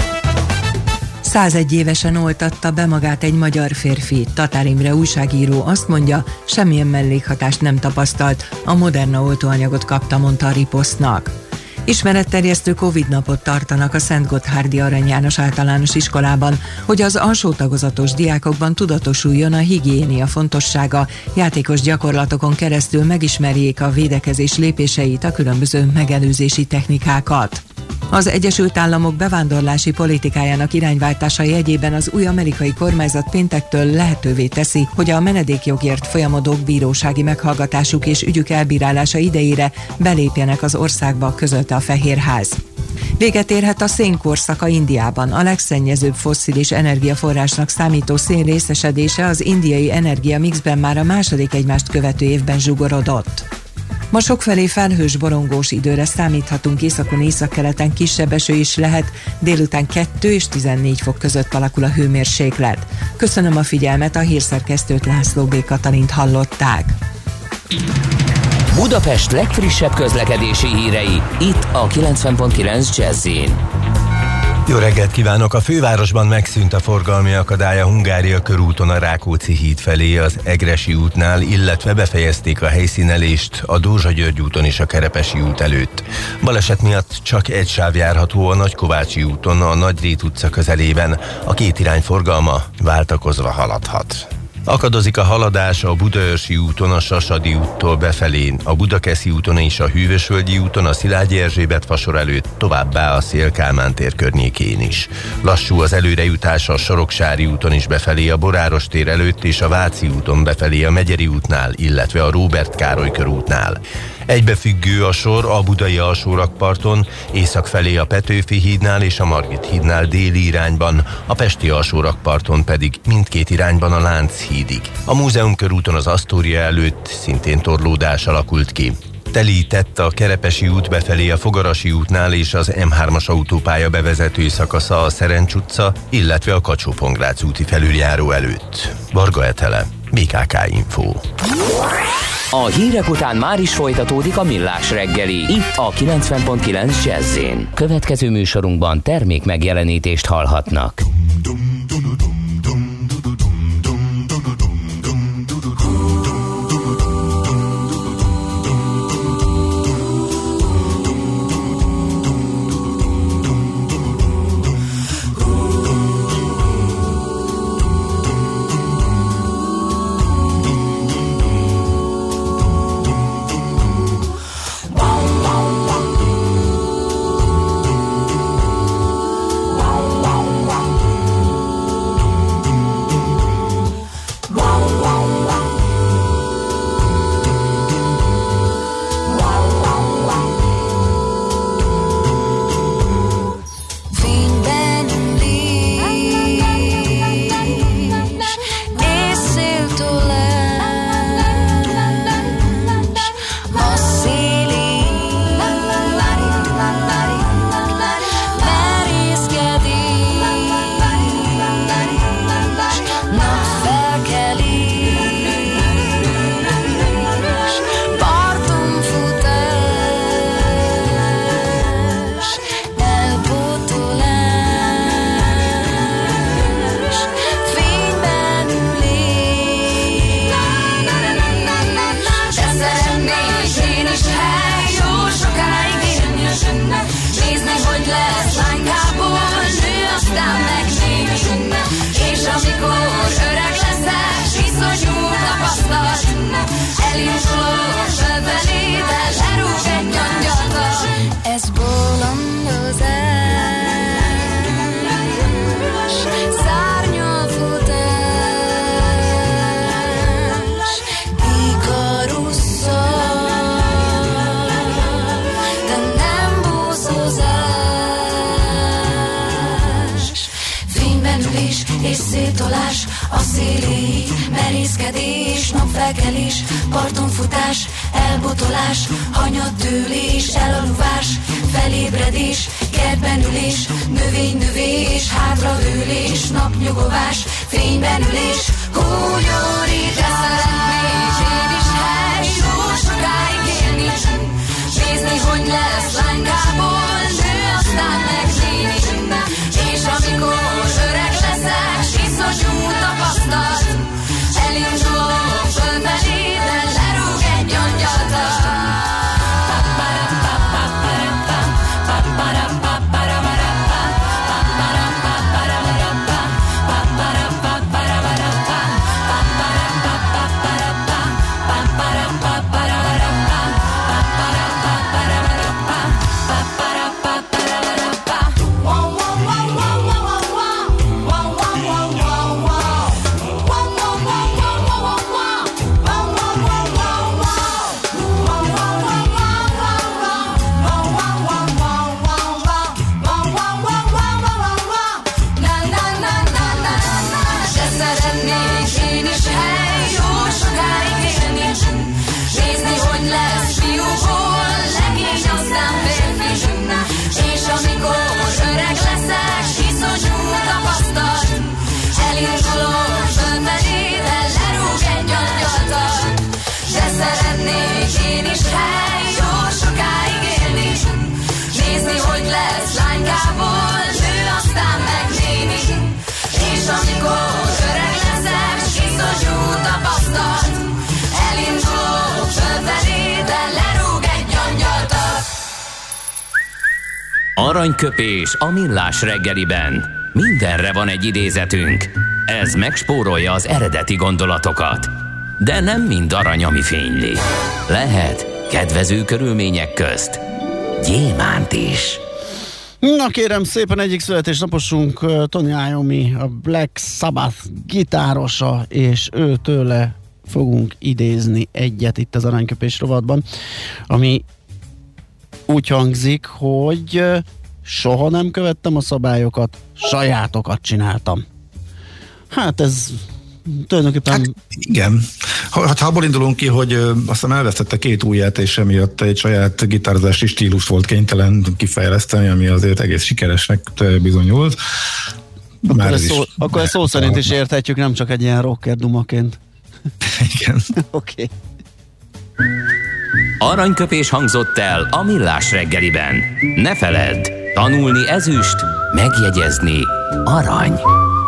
101 évesen oltatta be magát egy magyar férfi. Tatár Imre újságíró azt mondja, semmilyen mellékhatást nem tapasztalt, a Moderna oltóanyagot kapta, mondta a Riposztnak. Ismeretterjesztő Covid napot tartanak a Szent Gotthárdi Arany János Általános Iskolában, hogy az alsó tagozatos diákokban tudatosuljon a higiénia fontossága, játékos gyakorlatokon keresztül megismerjék a védekezés lépéseit, a különböző megelőzési technikákat. Az Egyesült Államok bevándorlási politikájának irányváltása jegyében az új amerikai kormányzat péntektől lehetővé teszi, hogy a menedékjogért folyamodók bírósági meghallgatásuk és ügyük elbírálása idejére belépjenek az országba, közölte a Fehérház. Véget érhet a szénkorszaka Indiában. A legszennyezőbb fosszilis energiaforrásnak számító szén részesedése az indiai energiamixben már a második egymást követő évben zsugorodott. Ma sokfelé felhős, borongós időre számíthatunk, északon, északkeleten kisebb eső is lehet, délután 2 és 14 fok között alakul a hőmérséklet. Köszönöm a figyelmet, a hírszerkesztőt, László B. Katalint hallották. Budapest legfrissebb közlekedési hírei, itt a 90.9 Jazzin. Jó reggelt kívánok! A fővárosban megszűnt a forgalmi akadály a Hungária körúton a Rákóczi híd felé, az Egressy útnál, illetve befejezték a helyszínelést a Dózsa-György úton és a Kerepesi út előtt. Baleset miatt csak egy sáv járható a Nagykovácsi úton, a Nagyrét utca közelében. A két irány forgalma váltakozva haladhat. Akadozik a haladás a Budaörsi úton a Sasadi úttól befelé, a Budakeszi úton és a Hűvösvölgyi úton a Szilágyi Erzsébet fasor előtt, továbbá a Széll-Kálmán tér környékén is. Lassú az előrejutás a Soroksári úton is befelé a Boráros tér előtt és a Váci úton befelé a Megyeri útnál, illetve a Róbert Károly körútnál. Egybefüggő a sor a budai alsórakparton, észak felé a Petőfi hídnál és a Margit hídnál déli irányban, a pesti alsórakparton pedig mindkét irányban a Lánchídig. A Múzeum körúton az Asztória előtt szintén torlódás alakult ki. Telített a Kerepesi út befelé a Fogarasi útnál és az M3-as autópálya bevezető szakasza a Szerencs utca, illetve a Kacsó-Pongrác úti felüljáró előtt. Varga Etele, BKK Info. A hírek után már is folytatódik a Millás reggeli, itt a 90.9 Jazz-én. Következő műsorunkban termék megjelenítést hallhatnak. Merészkedés, napfelkelés, partonfutás, elbotolás, hanyattőlés, elaluvás, felébredés, kertben ülés, növénynövés, hátradőlés, napnyugovás, fényben ülés, hújórítás, én is hely, jó sokáig élni, nézni, hogy lesz lánykából, nő, aztán meg néni, és amikor öreg leszek, iszonyú tapasztalt, elindulok fölfelé, de lerúg egy angyaltal. Aranyköpés a Millás reggeliben. Mindenre van egy idézetünk. Ez megspórolja az eredeti gondolatokat. De nem mind arany, ami fényli. Lehet kedvező körülmények közt gyémánt is. Na kérem szépen, egyik születésnaposunk Tony Iommi, a Black Sabbath gitárosa, és őtőle fogunk idézni egyet itt az Aranyköpés rovatban, ami úgy hangzik, hogy soha nem követtem a szabályokat, sajátokat csináltam. Hát ez tulajdonképpen... Hát igen. Ha abból indulunk ki, hogy azt hiszem elvesztette 2 ujját, és emiatt egy saját gitárzási stílus volt kénytelen kifejleszteni, ami azért egész sikeresnek bizonyult. Akkor ezt szó szerint is érthetjük, nem csak egy ilyen rocker dumaként. Igen. Oké. Aranyköpés hangzott el a Millás reggeliben. Ne feledd, tanulni ezüst, megjegyezni arany.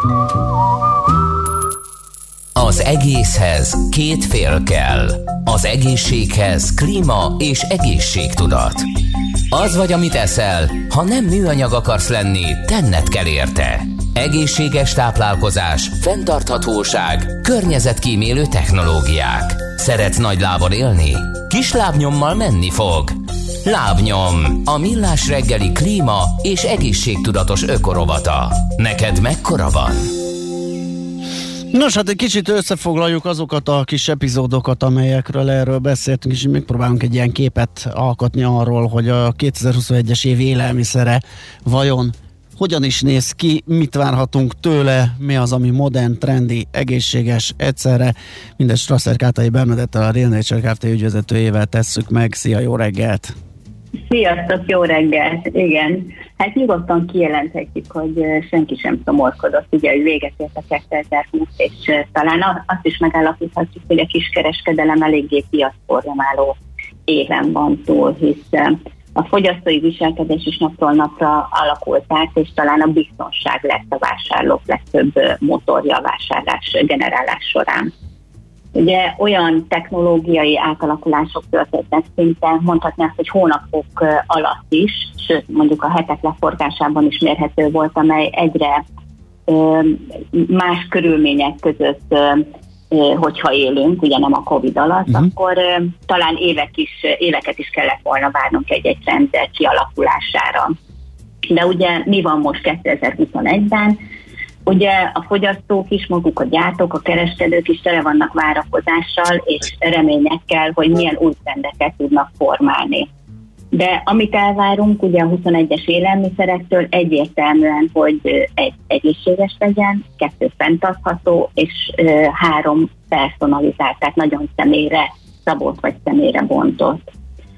Az egészhez 2 fél kell. Az egészséghez klíma és egészségtudat. Az vagy, amit eszel, ha nem műanyag akarsz lenni, tenned kell érte. Egészséges táplálkozás, fenntarthatóság, környezetkímélő technológiák. Szeretsz nagy lábon élni? Kis lábnyommal menni fog. Lábnyom, a Millás reggeli klíma és egészségtudatos ökorovata. Neked mekkora van? Nos, hát egy kicsit összefoglaljuk azokat a kis epizódokat, amelyekről erről beszéltünk, és megpróbálunk egy ilyen képet alkotni arról, hogy a 2021-es év élelmiszere vajon hogyan is néz ki, mit várhatunk tőle, mi az, ami modern, trendi, egészséges, egyszerre. Mindezt Strasser Kátai Bernadettel, a Real Nature Kft. Ügyvezetőjével tesszük meg. Szia, jó reggelt! Sziasztok, jó reggelt! Igen, hát nyugodtan kijelenthetjük, hogy senki sem szomorkodott, ugye, hogy véget ért a 2020, és talán azt is megállapíthatjuk, hogy a kiskereskedelem eléggé piacformáló éven van túl, hisz a fogyasztói viselkedés is napról napra alakult át, és talán a biztonság lett a vásárlók legtöbb motorja a vásárlás generálás során. Ugye olyan technológiai átalakulások történtek szinte, mondhatnám, hogy hónapok alatt is, sőt mondjuk a hetek leforgásában is mérhető volt, amely egyre más körülmények között, hogyha élünk, ugye nem a Covid alatt, akkor talán éveket is kellett volna várnunk egy rendszer kialakulására. De ugye mi van most 2021-ben? Ugye a fogyasztók is, maguk a gyártók, a kereskedők is tele vannak várakozással és reményekkel, hogy milyen új trendeket tudnak formálni. De amit elvárunk ugye a 21-es élelmiszerektől egyértelműen, hogy 1 egészséges legyen, 2 fenntartható, és 3 personalizált, tehát nagyon személyre szabott vagy személyre bontott.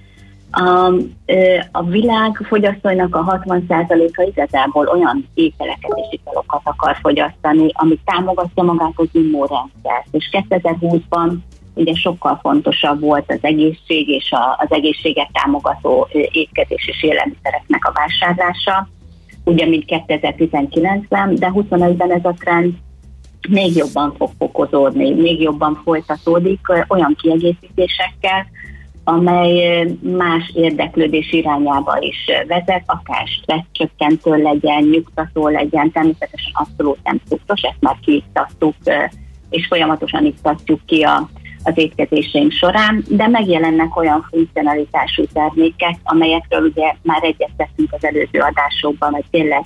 A világ fogyasztóinak a 60%-a igazából olyan ételeket és italokat akar fogyasztani, ami támogatja magát az immunrendszert. És 2020-ban ugye sokkal fontosabb volt az egészség és az egészséget támogató étkezés és élelmiszereknek a vásárlása, ugye mint 2019-ben, de 21-ben ez a trend még jobban fog fokozódni, még jobban folytatódik olyan kiegészítésekkel, amely más érdeklődés irányába is vezet, akár stresszcsökkentő legyen, nyugtató legyen, természetesen abszolút nem cukros, ezt már kiiktattuk, és folyamatosan iktatjuk ki az étkezéseink során, de megjelennek olyan funkcionalitású termékek, amelyekről ugye már egyeztettünk az előző adásokban, hogy tényleg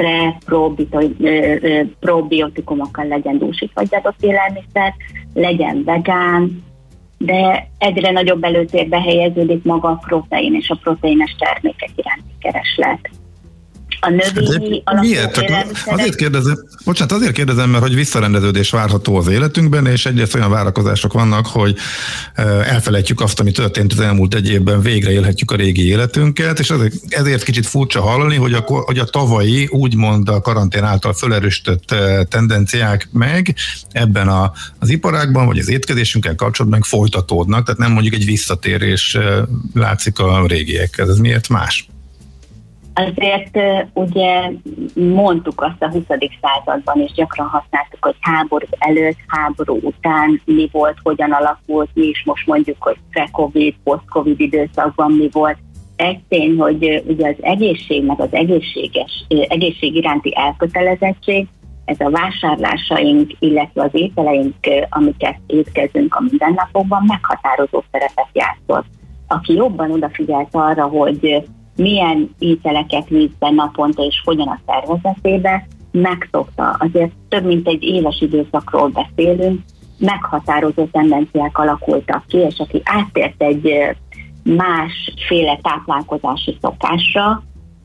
probiotikumokkal legyen dúsítva vagy adott élelmiszer, legyen vegán, de egyre nagyobb előtérbe helyeződik maga a protein és a proteines termékek iránti kereslet. A növényi alapú élelmiszerek... Azért kérdezem, mert hogy visszarendeződés várható az életünkben, és egyrészt olyan várakozások vannak, hogy elfelejtjük azt, ami történt az elmúlt 1 évben, végre élhetjük a régi életünket, és ezért kicsit furcsa hallani, hogy a tavalyi, úgymond a karantén által felerősített tendenciák meg ebben az iparágban, vagy az étkezésünkkel kapcsolatban folytatódnak, tehát nem mondjuk egy visszatérés látszik a régiekhez. Ez miért más? Azért ugye mondtuk azt a 20. században, és gyakran használtuk, hogy háború előtt, háború után mi volt, hogyan alakult, mi is most mondjuk, hogy pre-Covid, post-Covid időszakban mi volt. egy tény, hogy ugye az egészség, meg az egészség iránti elkötelezettség, ez a vásárlásaink, illetve az ételeink, amiket étkezünk a mindennapokban, meghatározó szerepet játszott. Aki jobban odafigyelt arra, hogy milyen ételeket visz be naponta és hogyan a szervezetébe, megszokta. Azért több mint egy éves időszakról beszélünk, meghatározó tendenciák alakultak ki, és aki áttért egy másféle táplálkozási szokásra,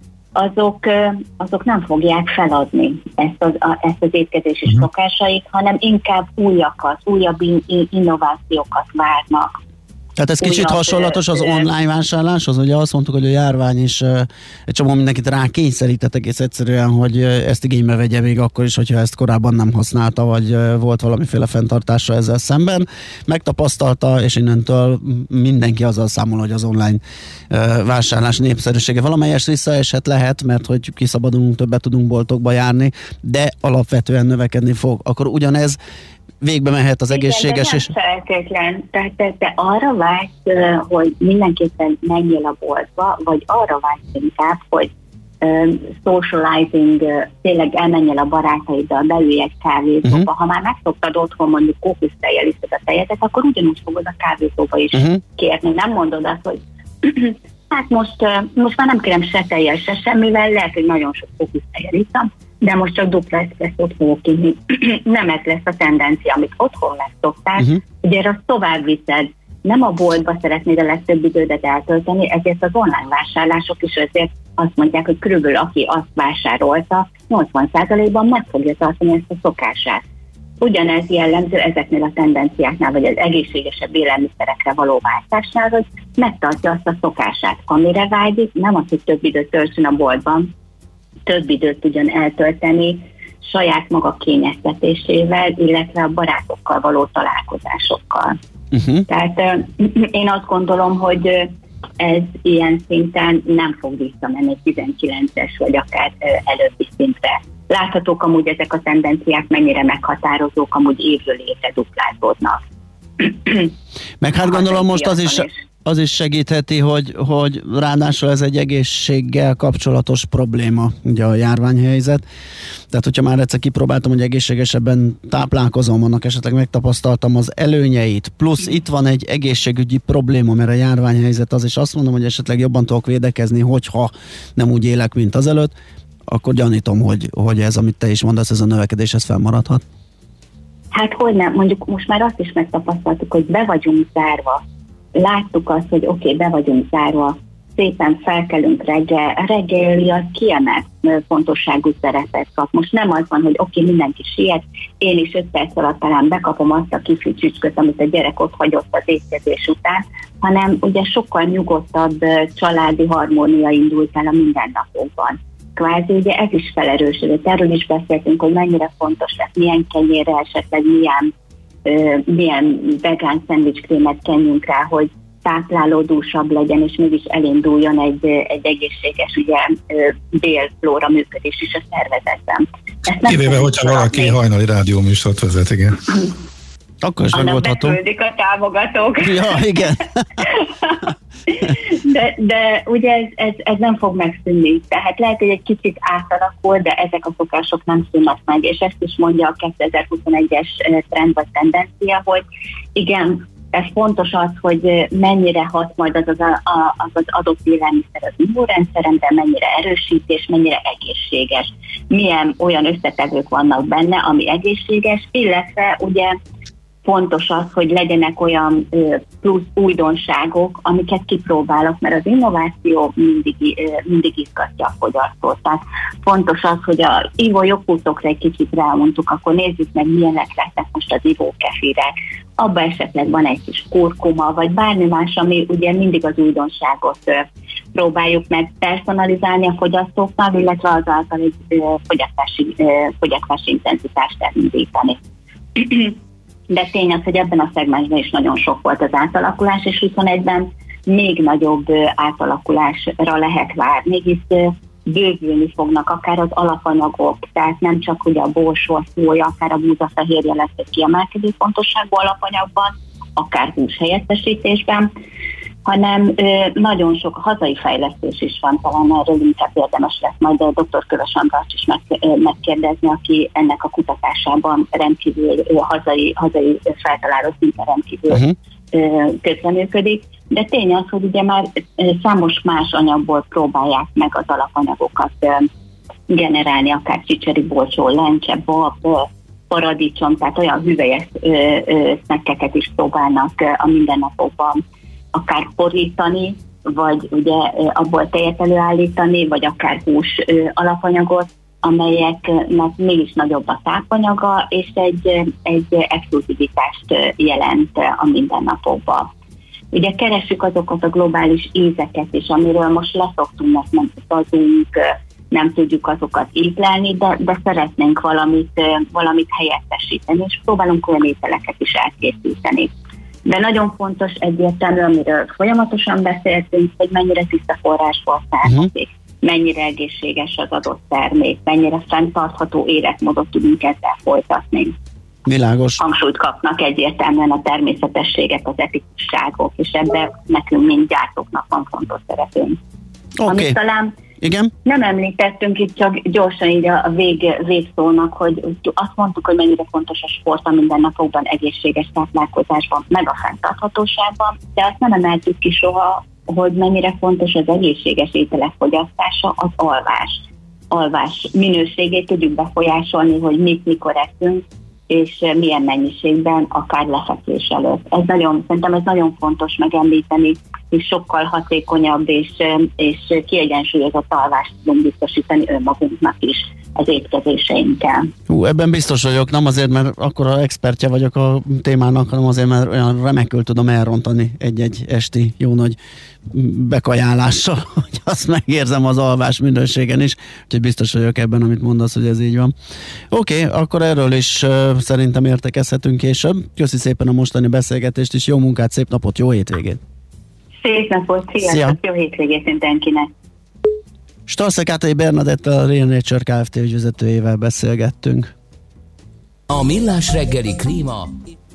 azok nem fogják feladni ezt az étkezési szokásait, hanem inkább újabb innovációkat várnak. Tehát ez kicsit hasonlatos az online vásárláshoz, ugye azt mondtuk, hogy a járvány is egy csomó mindenkit rá kényszerített egész egyszerűen, hogy ezt igénybe vegye még akkor is, hogyha ezt korábban nem használta, vagy volt valamiféle fenntartása ezzel szemben. Megtapasztalta, és innentől mindenki azzal számol, hogy az online vásárlás népszerűsége valamelyest visszaesett lehet, mert hogy kiszabadulunk, többet tudunk boltokba járni, de alapvetően növekedni fog. Akkor ugyanez végbe mehet az egészséges... Igen, de nem feltétlen. Tehát te arra vágysz, hogy mindenképpen menjél a boltba, vagy arra vágysz inkább, hogy socializing, tényleg elmenjél a barátaiddal, beülj egy kávézóba. Ha már megszoktad otthon mondjuk kókusztejjel iszod a tejedet, akkor ugyanúgy fogod a kávézóba is kérni. Nem mondod azt, hogy hát most már nem kérem se tejjel, se semmivel, lehet, hogy nagyon sok kókusztejjel iszom, de most csak dupla eszpresszót fogok inni. Nem ez lesz a tendencia, amit otthon megszoktál, ugye azt tovább viszed. Nem a boltba szeretnéd a legtöbb idődet eltölteni, ezért az online vásárlások is azért azt mondják, hogy körülbelül aki azt vásárolta, 80%-ban meg fogja tartani ezt a szokását. Ugyanez jellemző ezeknél a tendenciáknál, vagy az egészségesebb élelmiszerekre való váltásnál, hogy megtartja azt a szokását, amire vágyik, nem az, hogy több időt töltsön a boltban, több időt tudjon eltölteni saját maga kényeztetésével, illetve a barátokkal való találkozásokkal. Tehát én azt gondolom, hogy ez ilyen szinten nem fog visszamenni 19-es, vagy akár előbbi szintre. Láthatók amúgy ezek a tendenciák, mennyire meghatározók, amúgy évről évre duplázódnak. Meg hát gondolom most az is segítheti, hogy ráadásul ez egy egészséggel kapcsolatos probléma, ugye a járványhelyzet. Tehát, hogyha már egyszer kipróbáltam, hogy egészségesebben táplálkozom, annak esetleg megtapasztaltam az előnyeit, plusz itt van egy egészségügyi probléma, mert a járványhelyzet az, és azt mondom, hogy esetleg jobban tudok védekezni, hogyha nem úgy élek, mint azelőtt, akkor gyanítom, hogy ez, amit te is mondasz, ez a növekedés, ez fennmaradhat. Hát hogy nem, mondjuk most már azt is megtapasztaltuk, hogy be vagyunk zárva. Láttuk azt, hogy oké, be vagyunk zárva, szépen felkelünk reggeli az kiemelt fontosságú szerepet kap. Most nem az van, hogy oké, mindenki siet, én is 5 perc alatt talán bekapom azt a kifli csücsköt, amit a gyerek ott hagyott az étkezés után, hanem ugye sokkal nyugodtabb családi harmónia indult el a mindennapokban. Kvázi ugye ez is felerősödött. Erről is beszéltünk, hogy mennyire fontos lesz, milyen kenyérre esetleg milyen vegán szendvicskrémet kenjünk rá, hogy táplálódúsabb legyen, és mégis elinduljon egy egészséges bélflóra működés is a szervezetben. Kivéve, hogyha valaki hajnali rádióműsort vezet, igen. Akkor is megoldható. Annak beföldik a támogatók. Ja, igen. de ugye ez nem fog megszűnni. Tehát lehet, hogy egy kicsit átalakul, de ezek a szokások nem szűnnek meg, és ezt is mondja a 2021-es trend vagy tendencia, hogy igen, ez fontos az, hogy mennyire hat majd az adott élelmiszer az immunrendszeremre, mennyire erősít és mennyire egészséges. Milyen olyan összetevők vannak benne, ami egészséges, illetve ugye fontos az, hogy legyenek olyan plusz újdonságok, amiket kipróbálok, mert az innováció mindig izgatja a fogyasztót. Tehát fontos az, hogy a ivójoghurtokra egy kicsit rámondtuk, akkor nézzük meg, milyenek lesznek most az ivókefirek. Abban esetleg van egy kis kurkuma, vagy bármi más, ami ugye mindig az újdonságot próbáljuk meg personalizálni a fogyasztóknak, illetve azáltal egy fogyasztási intenzitást elindítani. De tény az, hogy ebben a szegmensben is nagyon sok volt az átalakulás, és 21-ben még nagyobb átalakulásra lehet várni, hisz bővülni fognak akár az alapanyagok, tehát nem csak ugye a borsó, a szója, akár a búzafehérje lesz egy kiemelkedő fontosságú alapanyagban, akár húshelyettesítésben, hanem nagyon sok hazai fejlesztés is van, talán erről inkább érdemes lesz majd a dr. Kövös Andrást is megkérdezni, aki ennek a kutatásában rendkívül hazai feltaláló szinten rendkívül közreműködik. De tény az, hogy ugye már számos más anyagból próbálják meg az alapanyagokat generálni, akár csicseri, bolcsó, lencse, bab, paradicsom, tehát olyan hüvelyes snackeket is próbálnak a mindennapokban akár porítani, vagy ugye abból tejet előállítani, vagy akár hús alapanyagot, amelyeknek mégis nagyobb a tápanyaga, és egy exkluzivitást jelent a mindennapokban. Ugye keressük azokat a globális ízeket is, amiről most leszoktunk, mert nem tudunk, nem tudjuk azokat étlelni, de szeretnénk valamit helyettesíteni, és próbálunk olyan ételeket is elkészíteni. De nagyon fontos egyértelmű, amiről folyamatosan beszéltünk, hogy mennyire tiszta forrásból származik, mennyire egészséges az adott termék, mennyire fenntartható életmódot tudunk ezzel folytatni. Világos. Hangsúlyt kapnak egyértelműen a természetességek, az etikusságok, és ebben nekünk, mint gyártóknak van fontos szerepünk. Amit talán nem említettünk itt, csak gyorsan így a végszónak, hogy azt mondtuk, hogy mennyire fontos a sport a mindennapokban, egészséges táplálkozásban, meg a fenntarthatóságban, de azt nem emeltük ki soha, hogy mennyire fontos az egészséges ételek fogyasztása, az alvás minőségét tudjuk befolyásolni, hogy mit, mikor eszünk, és milyen mennyiségben, akár lefekvés előtt. Szerintem ez nagyon fontos megemlíteni, és sokkal hatékonyabb és kiegyensúlyozott alvást tudunk biztosítani önmagunknak is az étkezéseinkkel. Ebben biztos vagyok, nem azért, mert akkora expertje vagyok a témának, hanem azért, mert olyan remekül tudom elrontani egy-egy esti jó nagy bekajálással, hogy azt megérzem az alvás minőségen is, úgyhogy biztos vagyok ebben, amit mondasz, hogy ez így van. Oké, akkor erről is szerintem értekezhetünk később. Köszi szépen a mostani beszélgetést, és jó munkát, szép napot, jó hétvégét! Szép napot, sziasztok, jó hétvégét mindenkinek! Starszekátai Bernadettel, a Real Nature Kft. Ügyvezetőjével beszélgettünk. A Millás reggeli klíma.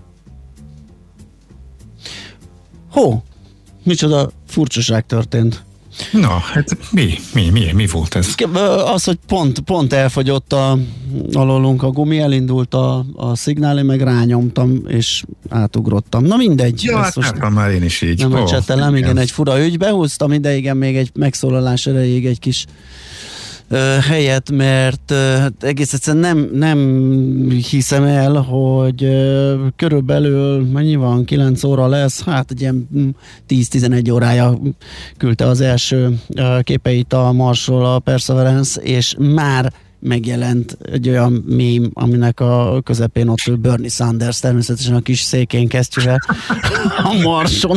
Micsoda furcsaság történt. Na, hát mi volt ez? Az, hogy pont elfogyott alólunk a gumi, elindult a szignál, meg rányomtam, és átugrottam. Na mindegy. Ja, hát már én is így. Nem ecsetelem, igen, egy fura ügy. Behúztam ide, igen, még egy megszólalás erejéig egy kis helyet, mert egész egyszerűen nem hiszem el, hogy körülbelül mennyi van, 9 óra lesz, hát egy ilyen 10-11 órája küldte az első képeit a Marsról a Perseverance, és már megjelent egy olyan mém, aminek a közepén ott ül Bernie Sanders, természetesen a kis székén kesztyűvel a Marson.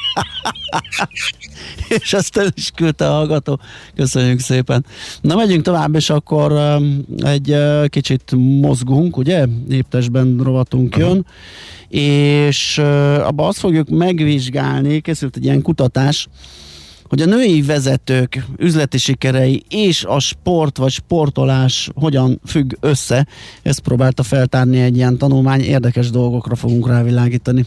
És ezt el is küldte a hallgató. Köszönjük szépen. Na, megyünk tovább, és akkor egy kicsit mozgunk, ugye? Néptestben rovatunk jön, és abban azt fogjuk megvizsgálni, készült egy ilyen kutatás, hogy a női vezetők üzleti sikerei és a sport vagy sportolás hogyan függ össze. Ezt próbálta feltárni egy ilyen tanulmány, érdekes dolgokra fogunk rávilágítani.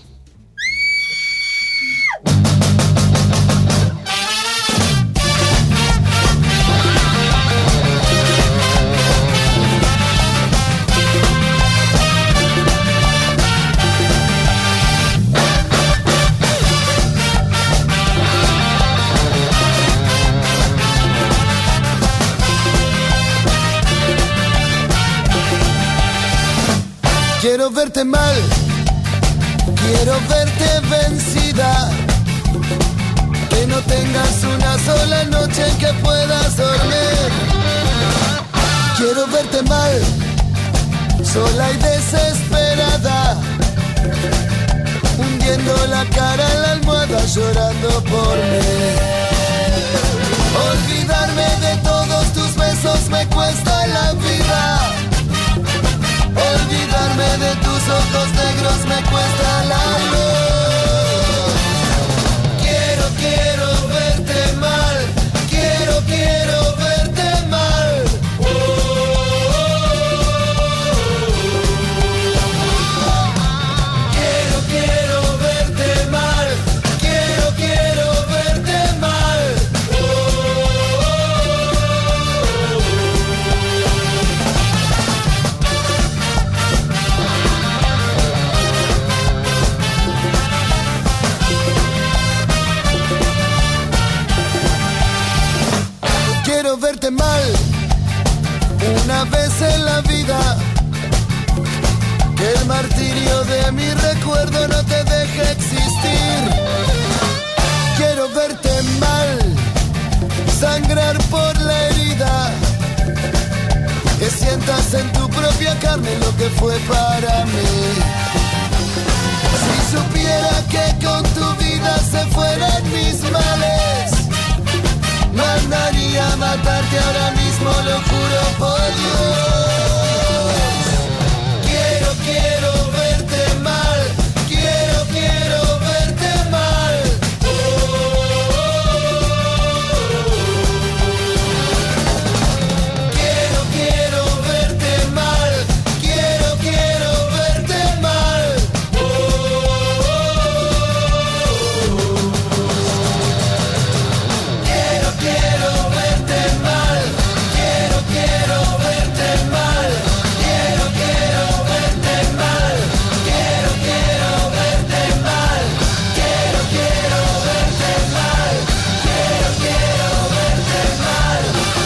Quiero verte mal, quiero verte vencida, que no tengas una sola noche en que puedas dormir. Quiero verte mal, sola y desesperada, hundiendo la cara en la almohada llorando por mí. Olvidarme de todos tus besos me cuesta la vida. Olvidarme de tus ojos negros me cuesta la luz. Quiero verte mal. Quiero verte mal. Quiero verte mal. Quiero verte mal una vez en la vida, que el martirio de mi recuerdo no te deje existir. Quiero verte mal, sangrar por la herida, que sientas en tu propia carne lo que fue para mí. Si supiera que con tu vida se fueran mis males, mandaría a matarte ahora mismo, lo juro por Dios. Quiero verte mal, quiero verte mal. Quiero verte mal, quiero verte mal. Quiero verte mal, quiero verte mal. Quiero verte mal, quiero verte mal. Quiero verte mal, quiero verte mal.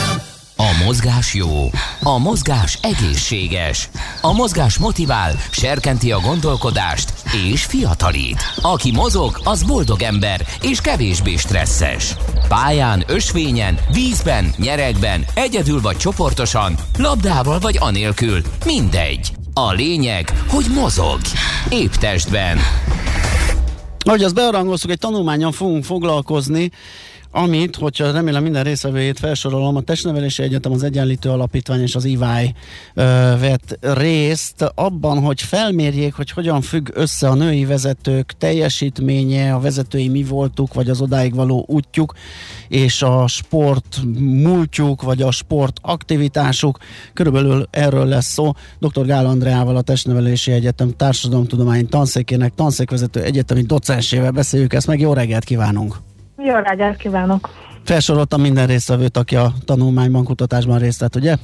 A mozgás jó, a mozgás egészséges, a mozgás motivál, serkenti a gondolkodást és fiatalít. Aki mozog, az boldog ember és kevésbé stresszes. Pályán, ösvényen, vízben, nyeregben, egyedül vagy csoportosan, labdával vagy anélkül, mindegy. A lényeg, hogy mozog. Épp testben. Ahogy azt bearangoztuk, egy tanulmányon fogunk foglalkozni, amit, hogyha remélem minden részvevőjét felsorolom, a Testnevelési Egyetem, az Egyenlítő Alapítvány és az IVÁI vett részt abban, hogy felmérjék, hogy hogyan függ össze a női vezetők teljesítménye, a vezetői mi voltuk, vagy az odáig való útjuk, és a sport múltjuk, vagy a sport aktivitásuk. Körülbelül erről lesz szó. Dr. Gál Andreával, a Testnevelési Egyetem társadalomtudományi tanszékének tanszékvezető egyetemi docensével beszéljük ezt meg. Jó reggelt kívánunk! Jó reggelt kívánok! Felsoroltam minden résztvevőt, aki a tanulmányban, kutatásban részt vett, ugye?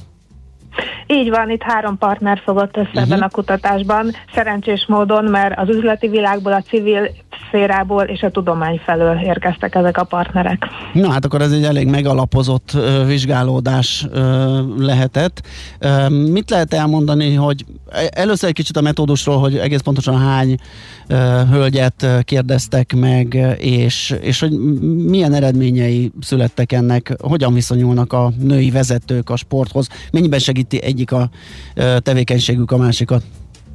Így van, itt 3 partner fogott össze ebben a kutatásban, szerencsés módon, mert az üzleti világból, a civil szférából és a tudomány felől érkeztek ezek a partnerek. Na hát akkor ez egy elég megalapozott vizsgálódás lehetett. Mit lehet elmondani, hogy először egy kicsit a metódusról, hogy egész pontosan hány hölgyet kérdeztek meg, és hogy milyen eredményei születtek ennek, hogyan viszonyulnak a női vezetők a sporthoz, mennyiben segíti egyik a tevékenységük a másikat?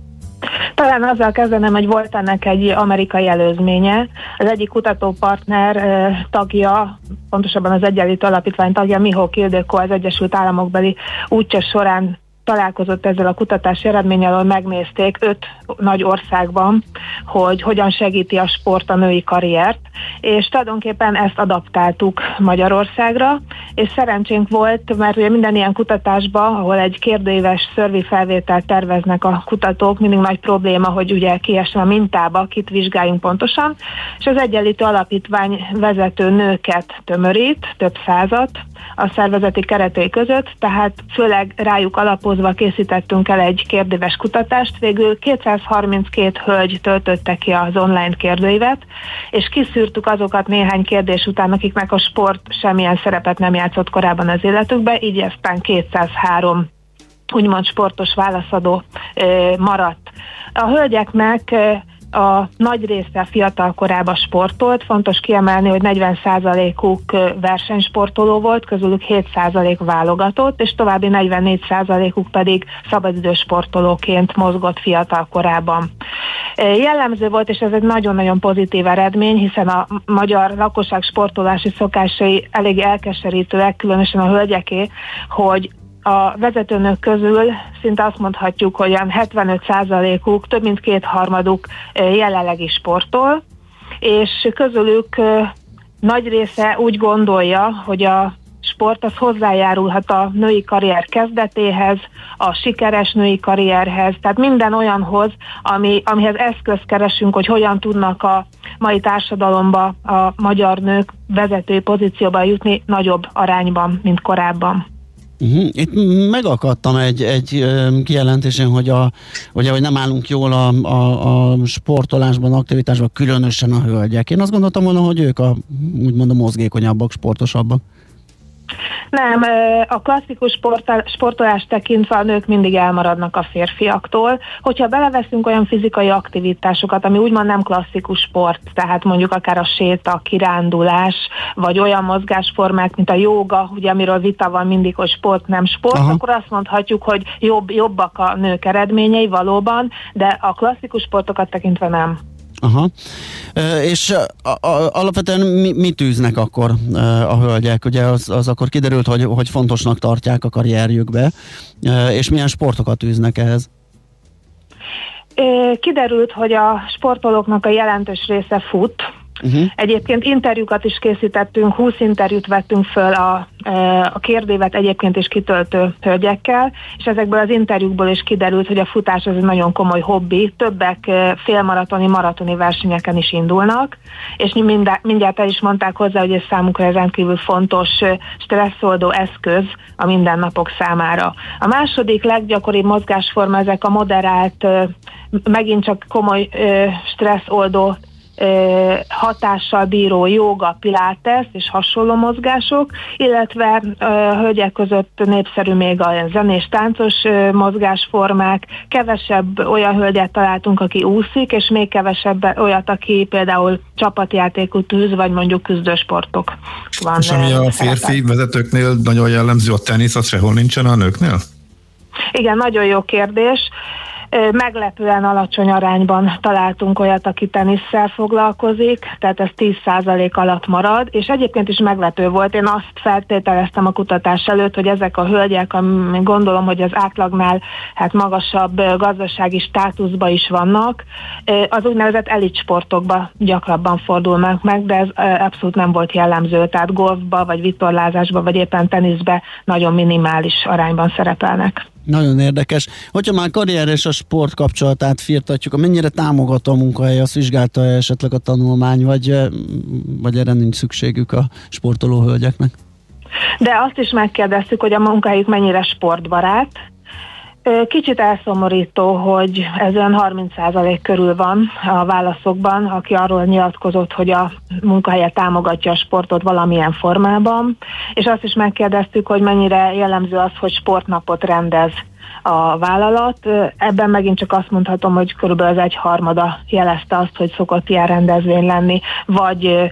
Talán azzal kezdenem, hogy volt ennek egy amerikai előzménye. Az egyik kutatópartner tagja, pontosabban az Egyenlítő Alapítvány tagja, Miho Kildeko, az Egyesült Államokbeli útja során találkozott ezzel a kutatási eredménnyel, ahol megnézték 5 nagy országban, hogy hogyan segíti a sport a női karriert, és tulajdonképpen ezt adaptáltuk Magyarországra, és szerencsénk volt, mert ugye minden ilyen kutatásban, ahol egy kérdőíves szörvi felvételt terveznek a kutatók, mindig nagy probléma, hogy ugye kiessen a mintába, kit vizsgáljunk pontosan, és az Egyenlítő Alapítvány vezető nőket tömörít, több százat a szervezeti keretei között, tehát főleg rájuk alapozva készítettünk el egy kérdéves kutatást. Végül 232 hölgy töltötte ki az online kérdőívet, és kiszűrtük azokat néhány kérdés után, akiknek a sport semmilyen szerepet nem játszott korábban az életükben, így aztán 203 úgymond sportos válaszadó maradt. A hölgyeknek a nagy része fiatal korában sportolt, fontos kiemelni, hogy 40%-uk versenysportoló volt, közülük 7% válogatott, és további 44%-uk pedig szabadidős sportolóként mozgott fiatal korában. Jellemző volt, és ez egy nagyon-nagyon pozitív eredmény, hiszen a magyar lakosság sportolási szokásai elég elkeserítőek, különösen a hölgyeké, hogy a vezetőnök közül szinte azt mondhatjuk, hogy olyan 75%-uk, több mint 2/3 jelenleg is sportol, és közülük nagy része úgy gondolja, hogy a sport az hozzájárulhat a női karrier kezdetéhez, a sikeres női karrierhez, tehát minden olyanhoz, amihez eszközt keresünk, hogy hogyan tudnak a mai társadalomba a magyar nők vezetői pozícióba jutni nagyobb arányban, mint korábban. Itt megakadtam egy kijelentésen, hogy nem állunk jól a sportolásban, aktivitásban, különösen a hölgyek. Én azt gondoltam volna, hogy ők úgymond a mozgékonyabbak, sportosabbak. Nem, a klasszikus sportolást tekintve a nők mindig elmaradnak a férfiaktól. Hogyha beleveszünk olyan fizikai aktivitásokat, ami úgymond nem klasszikus sport, tehát mondjuk akár a séta, kirándulás, vagy olyan mozgásformák, mint a jóga, ugye amiről vita van mindig, hogy sport, nem sport, akkor azt mondhatjuk, hogy jobbak a nők eredményei valóban, de a klasszikus sportokat tekintve nem. Aha. És alapvetően mit űznek akkor a hölgyek? Ugye az akkor kiderült, hogy fontosnak tartják a karrierjükbe, és milyen sportokat űznek ehhez? Kiderült, hogy a sportolóknak a jelentős része fut. Egyébként interjúkat is készítettünk, 20 interjút vettünk föl a kérdévet egyébként is kitöltő hölgyekkel, és ezekből az interjúkból is kiderült, hogy a futás az egy nagyon komoly hobbi, többek félmaratoni, maratoni versenyeken is indulnak, és mindjárt el is mondták hozzá, hogy ez számukra egy rendkívül fontos stresszoldó eszköz a mindennapok számára. A második leggyakoribb mozgásforma ezek a moderált, megint csak komoly stresszoldó hatással bíró jóga, pilates és hasonló mozgások, illetve hölgyek között népszerű még a zenés, táncos mozgásformák. Kevesebb olyan hölgyet találtunk, aki úszik, és még kevesebb olyat, aki például csapatjátékot űz, vagy mondjuk küzdősportok van. És ami a férfi vezetőknél nagyon jellemző, a tenisz, az sehol nincsen a nőknél? Igen, nagyon jó kérdés. Meglepően alacsony arányban találtunk olyat, aki tenisszel foglalkozik, tehát ez 10% alatt marad, és egyébként is meglepő volt. Én azt feltételeztem a kutatás előtt, hogy ezek a hölgyek, ami gondolom, hogy az átlagnál magasabb gazdasági státuszban is vannak, az úgynevezett elitsportokba gyakrabban fordulnak meg, de ez abszolút nem volt jellemző, tehát golfba, vagy vitorlázásba, vagy éppen teniszbe nagyon minimális arányban szerepelnek. Nagyon érdekes. Hogyha már karrier és a sport kapcsolatát firtatjuk, mennyire támogató a munkahely, azt vizsgálta esetleg a tanulmány, vagy erre nincs szükségük a sportoló hölgyeknek? De azt is megkérdeztük, hogy a munkahelyük mennyire sportbarát. Kicsit elszomorító, hogy ez olyan 30% körül van a válaszokban, aki arról nyilatkozott, hogy a munkahelye támogatja a sportot valamilyen formában, és azt is megkérdeztük, hogy mennyire jellemző az, hogy sportnapot rendez a vállalat. Ebben megint csak azt mondhatom, hogy körülbelül az 1/3 jelezte azt, hogy szokott ilyen rendezvény lenni, vagy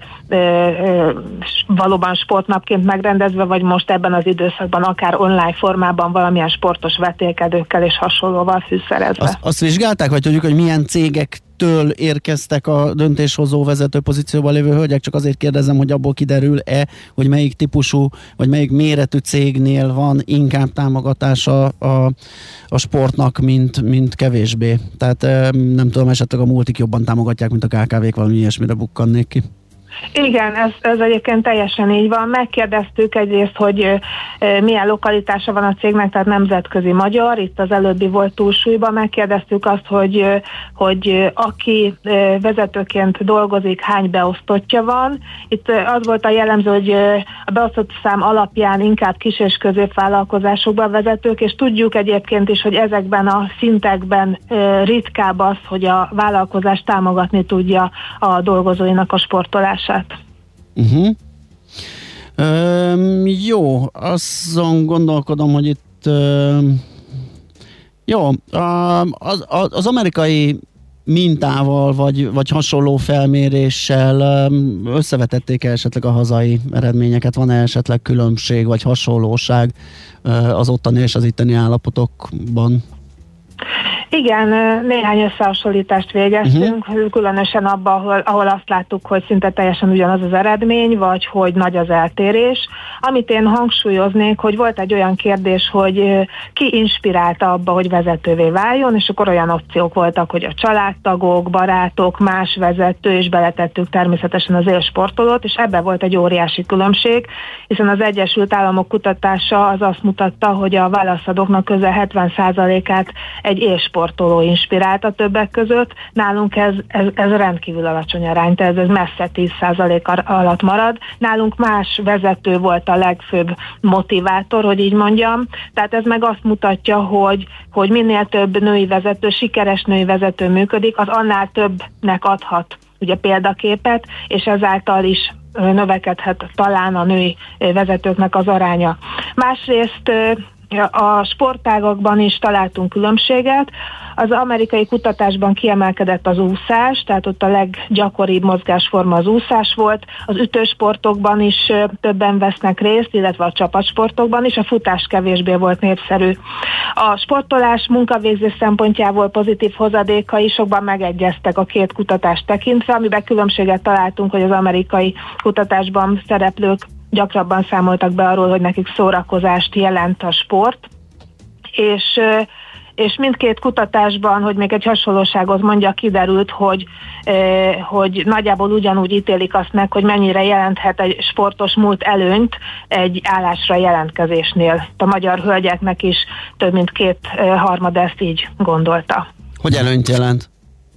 valóban sportnapként megrendezve, vagy most ebben az időszakban akár online formában valamilyen sportos vetélkedőkkel és hasonlóval fűszerezve. Azt vizsgálták, vagy tudjuk, hogy milyen cégektől érkeztek a döntéshozó vezető pozícióban lévő hölgyek? Csak azért kérdezem, hogy abból kiderül-e, hogy melyik típusú, vagy melyik méretű cégnél van inkább támogatása a sportnak, mint kevésbé. Tehát nem tudom, esetleg a multik jobban támogatják, mint a KKV-k, valami ilyesmire bukkannék ki. Igen, ez egyébként teljesen így van. Megkérdeztük egyrészt, hogy milyen lokalitása van a cégnek, tehát nemzetközi magyar, itt az előbbi volt túlsúlyban. Megkérdeztük azt, hogy aki vezetőként dolgozik, hány beosztottja van. Itt az volt a jellemző, hogy a beosztott szám alapján inkább kis- és középvállalkozásokban vezetők, és tudjuk egyébként is, hogy ezekben a szintekben ritkább az, hogy a vállalkozás támogatni tudja a dolgozóinak a sportolását. Jó, azon gondolkodom, hogy itt az amerikai mintával, vagy hasonló felméréssel összevetették esetleg a hazai eredményeket? Van-e esetleg különbség, vagy hasonlóság az ottani és az itteni állapotokban? Igen, néhány összehasonlítást végeztünk, különösen abban, ahol azt láttuk, hogy szinte teljesen ugyanaz az eredmény, vagy hogy nagy az eltérés. Amit én hangsúlyoznék, hogy volt egy olyan kérdés, hogy ki inspirálta abba, hogy vezetővé váljon, és akkor olyan opciók voltak, hogy a családtagok, barátok, más vezető, és beletettük természetesen az élsportolót, és ebben volt egy óriási különbség, hiszen az Egyesült Államok kutatása az azt mutatta, hogy a válaszadóknak közel 70%-át egy élsportoló inspirálta többek között. Nálunk ez rendkívül alacsony arány, tehát ez messze 10% alatt marad. Nálunk más vezető volt a legfőbb motivátor, hogy így mondjam. Tehát ez meg azt mutatja, hogy minél több női vezető, sikeres női vezető működik, az annál többnek adhat ugye példaképet, és ezáltal is növekedhet talán a női vezetőknek az aránya. Másrészt a sportágakban is találtunk különbséget. Az amerikai kutatásban kiemelkedett az úszás, tehát ott a leggyakoribb mozgásforma az úszás volt. Az ütősportokban is többen vesznek részt, illetve a csapatsportokban is, a futás kevésbé volt népszerű. A sportolás munkavégzés szempontjából pozitív hozadékai sokban megegyeztek a két kutatást tekintve, amiben különbséget találtunk, hogy az amerikai kutatásban szereplők gyakrabban számoltak be arról, hogy nekik szórakozást jelent a sport, és mindkét kutatásban, hogy még egy hasonlóságot mondja, kiderült, hogy nagyjából ugyanúgy ítélik azt meg, hogy mennyire jelenthet egy sportos múlt előnyt egy állásra jelentkezésnél. A magyar hölgyeknek is több mint 2/3 ezt így gondolta. Hogy előnyt jelent?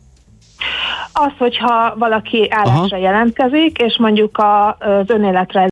Az, hogyha valaki állásra jelentkezik, és mondjuk az önéletre